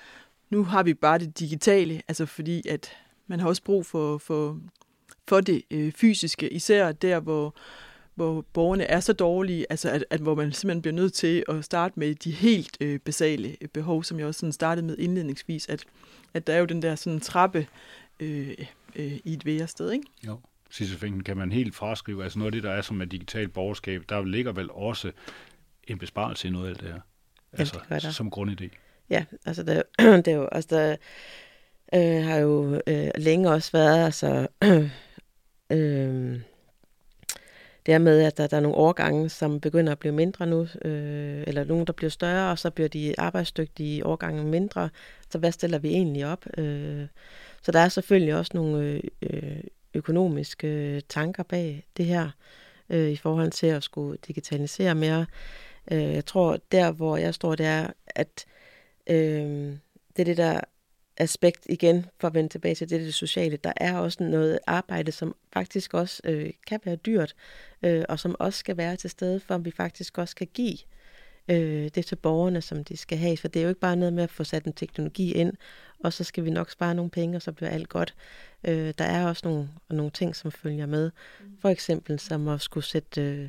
nu har vi bare det digitale, altså fordi at man har også brug for, for, for det øh, fysiske, især der, hvor, hvor borgerne er så dårlige, altså at, at hvor man simpelthen bliver nødt til at starte med de helt øh, basale behov, som jeg også sådan startede med indledningsvis, at, at der er jo den der sådan trappe øh, øh, i et værested, ikke? Jo. Sidste fingen kan man helt fraskrive, altså noget af det, der er som et digitalt borgerskab, der ligger vel også en besparelse i noget af det her, altså ja, det som grundidé. Ja, altså det, det er jo også, der øh, har jo øh, længe også været, altså øh, det er med, at der, der er nogle årgange, som begynder at blive mindre nu, øh, eller nogen, der bliver større, og så bliver de arbejdsdygtige årgange mindre, så hvad stiller vi egentlig op? Øh, så der er selvfølgelig også nogle øh, økonomiske tanker bag det her, øh, i forhold til at skulle digitalisere mere. Jeg tror, der hvor jeg står, det er, at øh, det er det der aspekt igen, for at vende tilbage til det, det sociale. Der er også noget arbejde, som faktisk også øh, kan være dyrt, øh, og som også skal være til stede, for at vi faktisk også kan give øh, det til borgerne, som de skal have. For det er jo ikke bare noget med at få sat en teknologi ind, og så skal vi nok spare nogle penge, og så bliver alt godt. Øh, der er også nogle, nogle ting, som følger med. For eksempel som at skulle sætte Øh,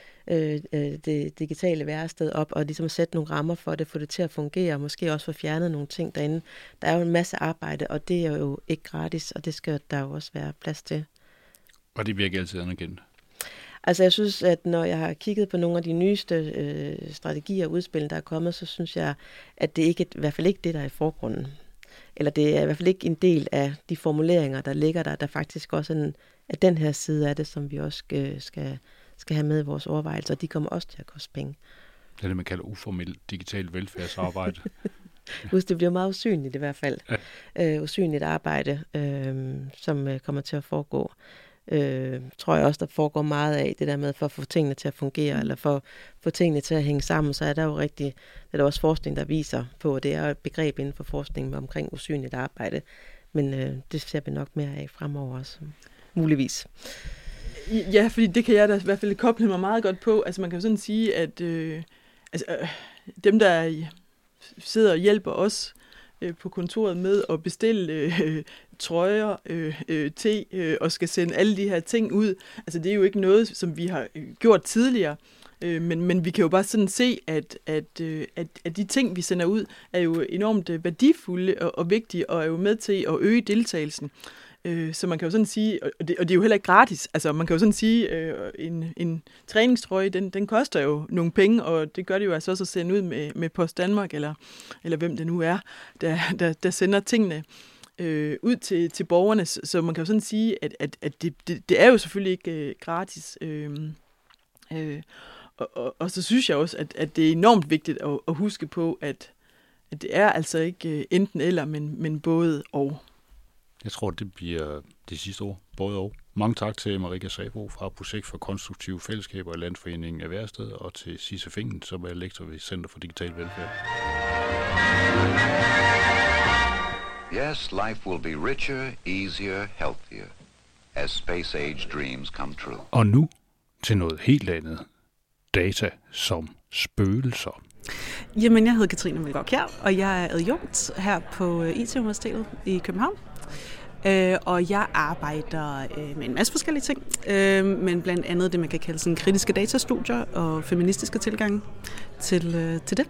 det digitale værested op, og ligesom sætte nogle rammer for det, få det til at fungere, og måske også få fjernet nogle ting derinde. Der er jo en masse arbejde, og det er jo ikke gratis, og det skal der jo også være plads til. Og det bliver ikke altid anerkendt? Altså jeg synes, at når jeg har kigget på nogle af de nyeste øh, strategier og udspil, der er kommet, så synes jeg, at det ikke, i hvert fald ikke det, der er i forgrunden. Eller det er i hvert fald ikke en del af de formuleringer, der ligger der, der faktisk også er en, af den her side af det, som vi også skal, skal skal have med i vores overvejelser, og de kommer også til at koste penge. Det er det, man kalder uformelt digitalt velfærdsarbejde. Husk, det bliver meget usynligt i hvert fald. Ja. Øh, usynligt arbejde, øh, som øh, kommer til at foregå. Øh, tror jeg også, der foregår meget af det der med, for at få tingene til at fungere, mm. eller for at få tingene til at hænge sammen, så er der jo rigtig, det er der også forskning, der viser på, og det er et begreb inden for forskningen omkring usynligt arbejde, men øh, det ser vi nok mere af fremover også, muligvis. Ja, fordi det kan jeg da i hvert fald koble mig meget godt på. Altså man kan jo sådan sige, at øh, altså, øh, dem, der sidder og hjælper os øh, på kontoret med at bestille øh, trøjer, øh, øh, te øh, og skal sende alle de her ting ud, altså det er jo ikke noget, som vi har gjort tidligere. Øh, men, men vi kan jo bare sådan se, at, at, øh, at, at de ting, vi sender ud, er jo enormt værdifulde og, og vigtige, og er jo med til at øge deltagelsen. Øh, så man kan jo sådan sige, og det, og det er jo heller ikke gratis, altså man kan jo sådan sige, øh, en, en træningstrøje, den, den koster jo nogle penge, og det gør det jo altså også at sende ud med, med Post Danmark, eller, eller hvem det nu er, der, der, der sender tingene øh, ud til, til borgerne. Så man kan jo sådan sige, at, at, at det, det, det er jo selvfølgelig ikke øh, gratis. Øh, øh, og, og, og så synes jeg også, at, at det er enormt vigtigt at, at huske på, at, at det er altså ikke øh, enten eller, men, men både og. Jeg tror, det bliver det sidste ord, både og. Mange tak til Marika Sabroe fra Projekt for Konstruktive Fællesskaber i Landsforeningen af Værsted, og til Sisse Fingen, som er lektor ved Center for Digital Velfærd. Yes, life will be richer, easier, healthier, as space age dreams come true. Og nu til noget helt andet. Data som spøgelser. Jamen, jeg hedder Katrine Melgaard Kjær, og jeg er adjunkt her på I T-universitetet i København. Øh, og jeg arbejder øh, med en masse forskellige ting, øh, men blandt andet det, man kan kalde sådan kritiske datastudier og feministiske tilgange til, øh, til det.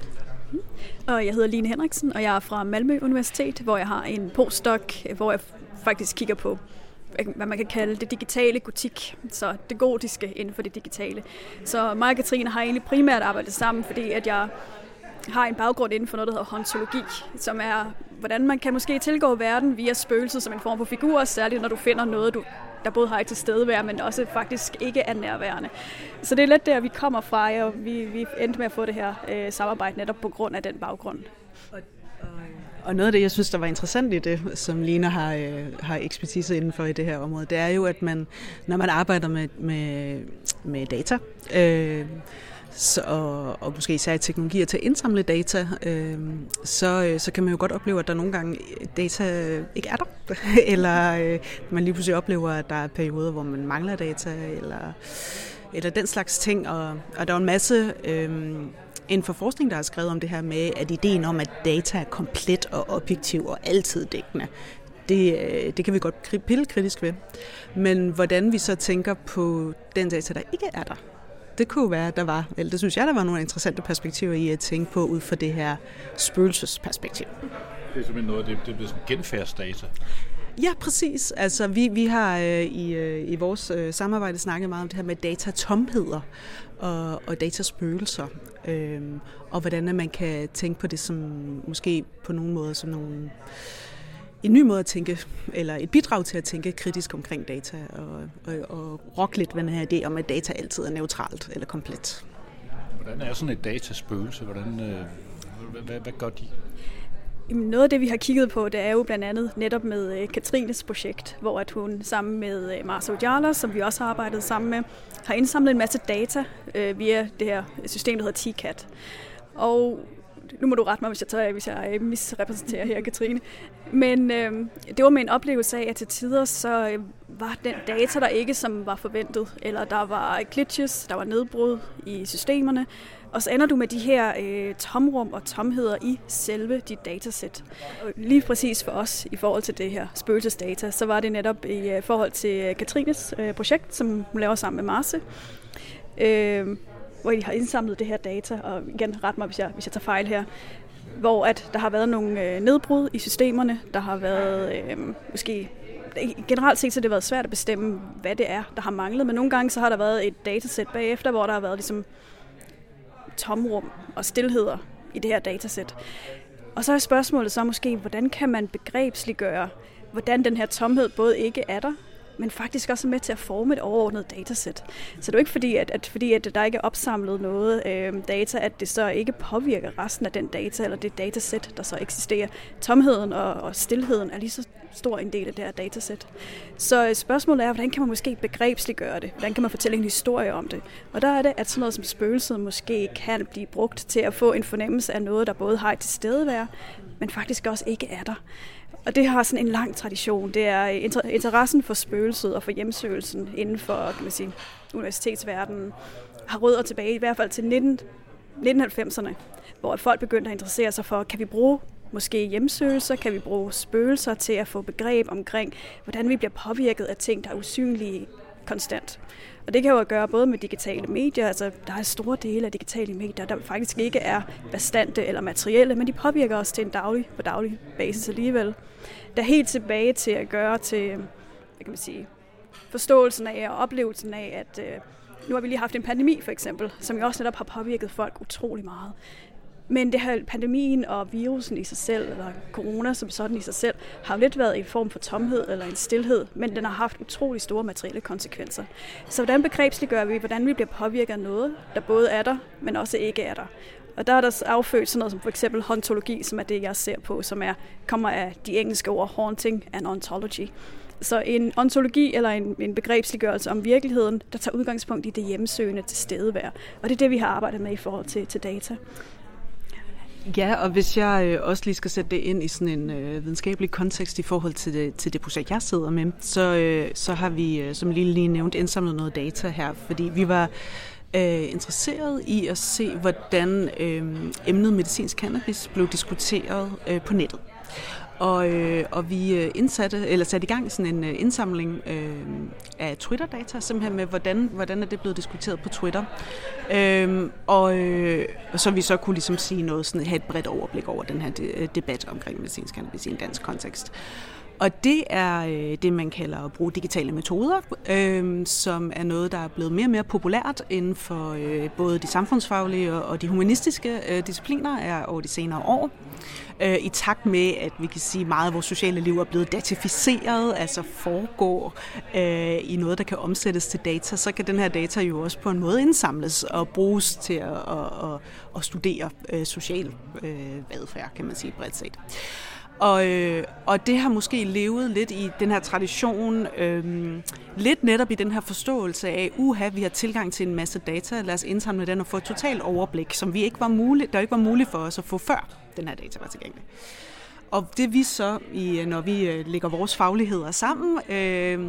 Og jeg hedder Line Henriksen, og jeg er fra Malmø Universitet, hvor jeg har en postdoc, hvor jeg faktisk kigger på, hvad man kan kalde det digitale gotik, så det gotiske inden for det digitale. Så mig og Katrine har egentlig primært arbejdet sammen, fordi at jeg har en baggrund inden for noget, der hedder hauntologi, som er, hvordan man kan måske tilgå verden via spøgelser som en form for figur, særligt når du finder noget, du, der både har et tilstedeværende, men også faktisk ikke er nærværende. Så det er lidt der, vi kommer fra, og vi, vi endte med at få det her øh, samarbejde netop på grund af den baggrund. Og, og, og noget af det, jeg synes, der var interessant i det, som Lina har, øh, har ekspertise inden for i det her område, det er jo, at man, når man arbejder med, med, med data, øh, Så, og, og måske især i teknologier til at indsamle data, øh, så, så kan man jo godt opleve, at der nogle gange data ikke er der. eller øh, man lige pludselig oplever, at der er perioder, hvor man mangler data, eller, eller den slags ting. Og, og der er en masse øh, inden for forskning, der er skrevet om det her med, at ideen om, at data er komplet og objektiv og altid dækkende, Det, det kan vi godt pille kritisk ved. Men hvordan vi så tænker på den data, der ikke er der, det kunne være, at der var, eller det synes jeg, der var nogle interessante perspektiver i at tænke på ud fra det her spøgelsesperspektiv. Det er simpelthen noget, det, det bliver sådan genfærdsdata. Ja, præcis. Altså, vi, vi har øh, i, øh, i vores øh, samarbejde snakket meget om det her med datatomheder og, og dataspøgelser. Øh, og hvordan man kan tænke på det som, måske på nogle måder som nogle... en ny måde at tænke, eller et bidrag til at tænke kritisk omkring data, og, og, og rokke lidt ved den her idé om, at data altid er neutralt eller komplet. Hvordan er sådan et dataspøgelse? Hvordan, øh, hvad, hvad, hvad gør de? Noget af det, vi har kigget på, det er jo blandt andet netop med Katrines projekt, hvor at hun sammen med Marsa Ujala, som vi også har arbejdet sammen med, har indsamlet en masse data øh, via det her system, der hedder T CAT. Og nu må du rette mig, hvis jeg, tør, hvis jeg misrepræsenterer her, Katrine. Men øh, det var med en oplevelse af, at til tider så øh, var den data der ikke, som var forventet. Eller der var glitches, der var nedbrud i systemerne. Og så ender du med de her øh, tomrum og tomheder i selve dit datasæt. Og lige præcis for os i forhold til det her spøgelsesdata, så var det netop i øh, forhold til Katrines øh, projekt, som hun laver sammen med Marse. Øh, hvor de har indsamlet det her data, og igen, ret mig, hvis jeg, hvis jeg tager fejl her, hvor at der har været nogle øh, nedbrud i systemerne, der har været øh, måske, generelt set så har det været svært at bestemme, hvad det er, der har manglet, men nogle gange så har der været et datasæt bagefter, hvor der har været ligesom tomrum og stilheder i det her datasæt. Og så er spørgsmålet så måske, hvordan kan man begrebsliggøre, hvordan den her tomhed både ikke er der, men faktisk også er med til at forme et overordnet datasæt. Så det er jo ikke fordi, at, at, fordi, at der ikke er opsamlet noget øh, data, at det så ikke påvirker resten af den data, eller det datasæt, der så eksisterer. Tomheden og, og stilheden er lige så stor en del af det her datasæt. Så spørgsmålet er, hvordan kan man måske begrebsliggøre det? Hvordan kan man fortælle en historie om det? Og der er det, at sådan noget som spøgelset måske kan blive brugt til at få en fornemmelse af noget, der både har et tilstedeværd, men faktisk også ikke er der. Og det har sådan en lang tradition. Det er interessen for spøgelset og for hjemsøgelsen inden for, kan man sige, universitetsverdenen har rødder tilbage i hvert fald til nitten halvfemserne, hvor folk begyndte at interessere sig for, kan vi bruge måske hjemsøgelser, kan vi bruge spøgelser til at få begreb omkring, hvordan vi bliver påvirket af ting, der er usynlige konstant. Og det kan jo gøre både med digitale medier, altså der er store dele af digitale medier, der faktisk ikke er bastante eller materielle, men de påvirker os til en daglig, på daglig basis alligevel. Der er helt tilbage til at gøre til, hvad kan man sige, forståelsen af og oplevelsen af, at øh, nu har vi lige haft en pandemi for eksempel, som jo også netop har påvirket folk utrolig meget. Men det her pandemien og virusen i sig selv, eller corona som sådan i sig selv, har jo lidt været en form for tomhed eller en stilhed, men den har haft utrolig store materielle konsekvenser. Så hvordan begrebsliggør vi, hvordan vi bliver påvirket af noget, der både er der, men også ikke er der? Og der er der affødt sådan noget som for eksempel hauntologi, som er det, jeg ser på, som er, kommer af de engelske ord haunting and ontology. Så en ontologi eller en, en begrebsliggørelse om virkeligheden, der tager udgangspunkt i det hjemmesøgende tilstedevær. Og det er det, vi har arbejdet med i forhold til, til data. Ja, og hvis jeg øh, også lige skal sætte det ind i sådan en øh, videnskabelig kontekst i forhold til det, til det projekt, jeg sidder med, så, øh, så har vi, øh, som lige lige nævnt, indsamlet noget data her, fordi vi var øh, interesseret i at se, hvordan øh, emnet medicinsk cannabis blev diskuteret øh, på nettet. Og, øh, og vi indsatte, eller satte i gang sådan en øh, indsamling øh, af Twitter-data, simpelthen med, hvordan, hvordan er det blevet diskuteret på Twitter. Øhm, og, øh, og så vi så kunne ligesom sige noget, sådan have et bredt overblik over den her de, debat omkring medicinsk cannabis i en dansk kontekst. Og det er øh, det, man kalder at bruge digitale metoder, øh, som er noget, der er blevet mere og mere populært inden for øh, både de samfundsfaglige og, og de humanistiske øh, discipliner er over de senere år. Øh, I takt med, at vi kan sige, meget af vores sociale liv er blevet datificeret, altså foregår øh, i noget, der kan omsættes til data, så kan den her data jo også på en måde indsamles og bruges til at, at, at, at studere øh, social øh, adfærd, kan man sige bredt set. Og, øh, og det har måske levet lidt i den her tradition, øh, lidt netop i den her forståelse af, uha, vi har tilgang til en masse data, lad os indsamle den og få et totalt overblik, som vi ikke var muligt, der ikke var muligt for os at få før den her data var tilgængelig. Og det vi så, i, når vi øh, lægger vores fagligheder sammen, øh,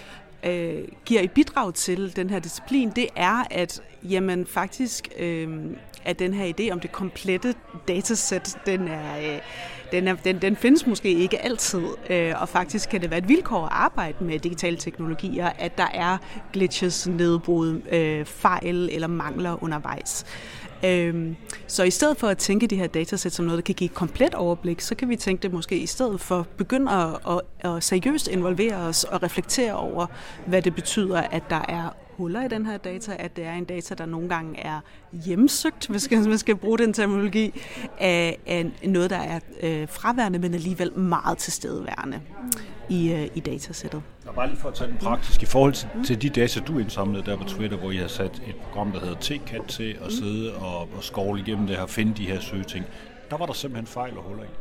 øh, giver et bidrag til den her disciplin, det er, at jamen, faktisk øh, at den her idé om det komplette datasæt, den er... Øh, Den, er, den, den findes måske ikke altid, øh, og faktisk kan det være et vilkår at arbejde med digitale teknologier, at der er glitches, nedbrud, øh, fejl eller mangler undervejs. Øh, så i stedet for at tænke de her datasæt som noget, der kan give et komplet overblik, så kan vi tænke det måske i stedet for begynde at, at, at seriøst involvere os og reflektere over, hvad det betyder, at der er huller i den her data, at det er en data, der nogle gange er hjemsøgt, hvis man skal bruge den terminologi, af, af noget, der er øh, fraværende, men alligevel meget tilstedeværende i, øh, i datasættet. Og bare lige for at tage den praktisk, i forhold til, til de data, du indsamlede der på Twitter, hvor I har sat et program, der hedder T-Cat til at sidde og, og skovle igennem det her, finde de her søgeting, der var der simpelthen fejl og huller i.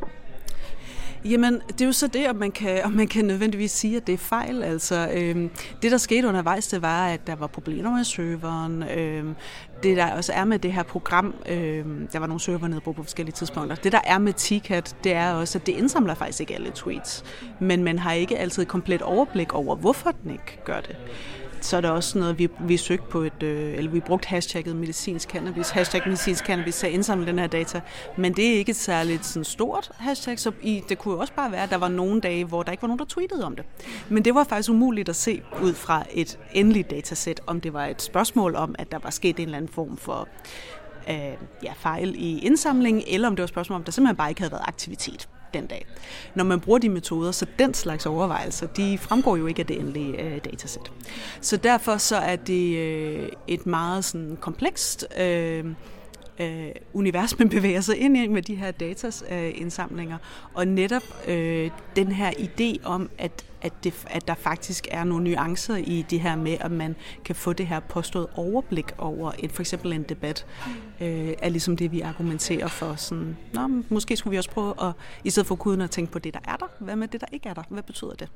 Jamen, det er jo så det, om man kan, om man kan nødvendigvis sige, at det er fejl. Altså, øhm, det, der skete undervejs, det var, at der var problemer med serveren. Øhm, det, der også er med det her program, øhm, der var nogle servernedbrud på forskellige tidspunkter. Det, der er med T-Cat, det er også, at det indsamler faktisk ikke alle tweets. Men man har ikke altid et komplet overblik over, hvorfor den ikke gør det. Så er der også noget, vi, vi søgte på et, øh, eller vi brugte hashtagget medicinsk cannabis, hashtag medicinsk cannabis til at indsamle den her data, men det er ikke et særligt sådan stort hashtag, så i, det kunne jo også bare være, at der var nogle dage, hvor der ikke var nogen, der tweetede om det. Men det var faktisk umuligt at se ud fra et endeligt datasæt, om det var et spørgsmål om, at der var sket en eller anden form for øh, ja, fejl i indsamlingen, eller om det var et spørgsmål om, at der simpelthen bare ikke havde været aktivitet den dag. Når man bruger de metoder, så den slags overvejelser, de fremgår jo ikke af det endelige øh, datasæt. Så derfor så er det øh, et meget sådan komplekst øh, øh, univers, man bevæger sig ind i med de her dataindsamlinger, øh, og netop øh, den her idé om, at At, det, at der faktisk er nogle nuancer i det her med, at man kan få det her påstået overblik over et, for eksempel en debat, øh, er ligesom det, vi argumenterer for. Sådan, Nå, måske skulle vi også prøve at, i stedet for kuden at tænke på det, der er der. Hvad med det, der ikke er der? Hvad betyder det?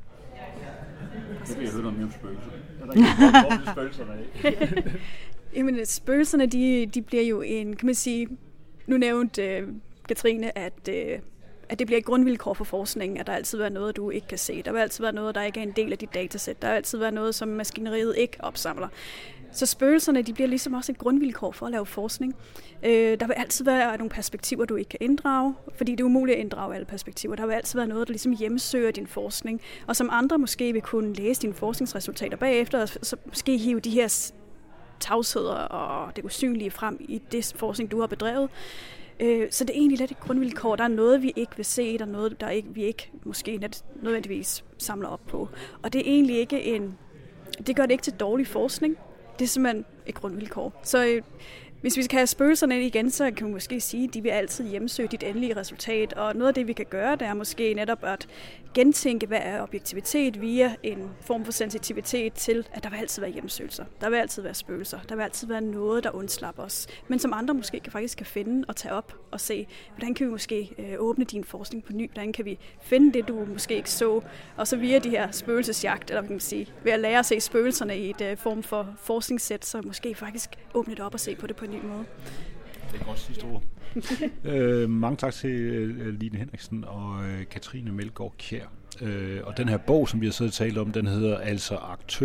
Det vil jeg høre noget mere om spøgelser. Er der ikke noget spøgelserne af? Jamen, spøgelserne, de, de bliver jo en, kan man sige, nu nævnte uh, Katrine, at uh, at det bliver et grundvilkår for forskningen, at der altid vil være noget, du ikke kan se. Der vil altid være noget, der ikke er en del af dit datasæt. Der vil altid være noget, som maskineriet ikke opsamler. Så spøgelserne, de bliver ligesom også et grundvilkår for at lave forskning. Øh, der vil altid være nogle perspektiver, du ikke kan inddrage, fordi det er umuligt at inddrage alle perspektiver. Der vil altid være noget, der ligesom hjemsøger din forskning, og som andre måske vil kunne læse dine forskningsresultater bagefter, og så måske hive de her tavsheder og det usynlige frem i det forskning, du har bedrevet. Øh, så det er egentlig lidt et grundvilkår. Der er noget, vi ikke vil se, der er noget, der ikke, vi ikke måske net, nødvendigvis samler op på. Og det er egentlig ikke en... Det gør det ikke til dårlig forskning. Det er simpelthen et grundvilkår. Så øh, hvis vi skal have spøgelserne ind igen, så kan vi måske sige, at de vil altid hjemsøge dit endelige resultat. Og noget af det, vi kan gøre, det er måske netop at gentænke, hvad er objektivitet via en form for sensitivitet til, at der vil altid være hjemsøgelser. Der vil altid være spøgelser. Der vil altid være noget, der undslapper os. Men som andre måske kan faktisk kan finde og tage op og se, hvordan kan vi måske øh, åbne din forskning på ny? Hvordan kan vi finde det, du måske ikke så? Og så via de her spøgelsesjagt, eller hvad kan man sige, ved at lære at se spøgelserne i et øh, form for forskningssæt, så måske faktisk åbne det op og se på det på en ny måde. Det er godt sidste ord. øh, mange tak til øh, Line Henriksen og øh, Katrine Melgaard Kjær. Øh, og den her bog, som vi har siddet og talt om, den hedder altså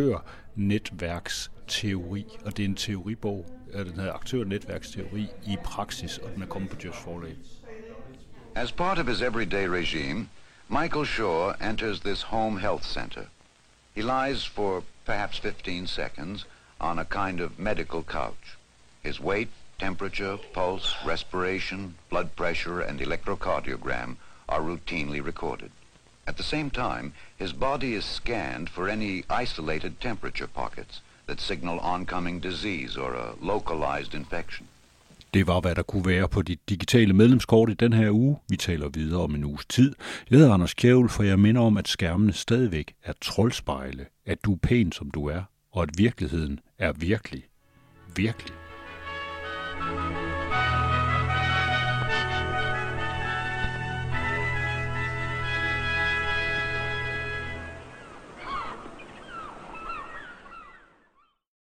Aktørnetværksteori. Og det er en teoribog, øh, den hedder Aktørnetværksteori i praksis, og den er kommet på Djøfs Forlag. As part of his everyday regime, Michael Shore enters this home health center. He lies for perhaps fifteen seconds on a kind of medical couch. His weight, temperature, pulse, respiration, blood pressure, and electrocardiogram are routinely recorded. At the same time, his body is scanned for any isolated temperature pockets that signal oncoming disease or a localized infection. Det var, hvad der kunne være på dit digitale medlemskort i den her uge. Vi taler videre om en uges tid. Jeg hedder Anders Kjærulf, for jeg minder om, at skærmene stadigvæk er troldspejle, at du er pæn, som du er, og at virkeligheden er virkelig, virkelig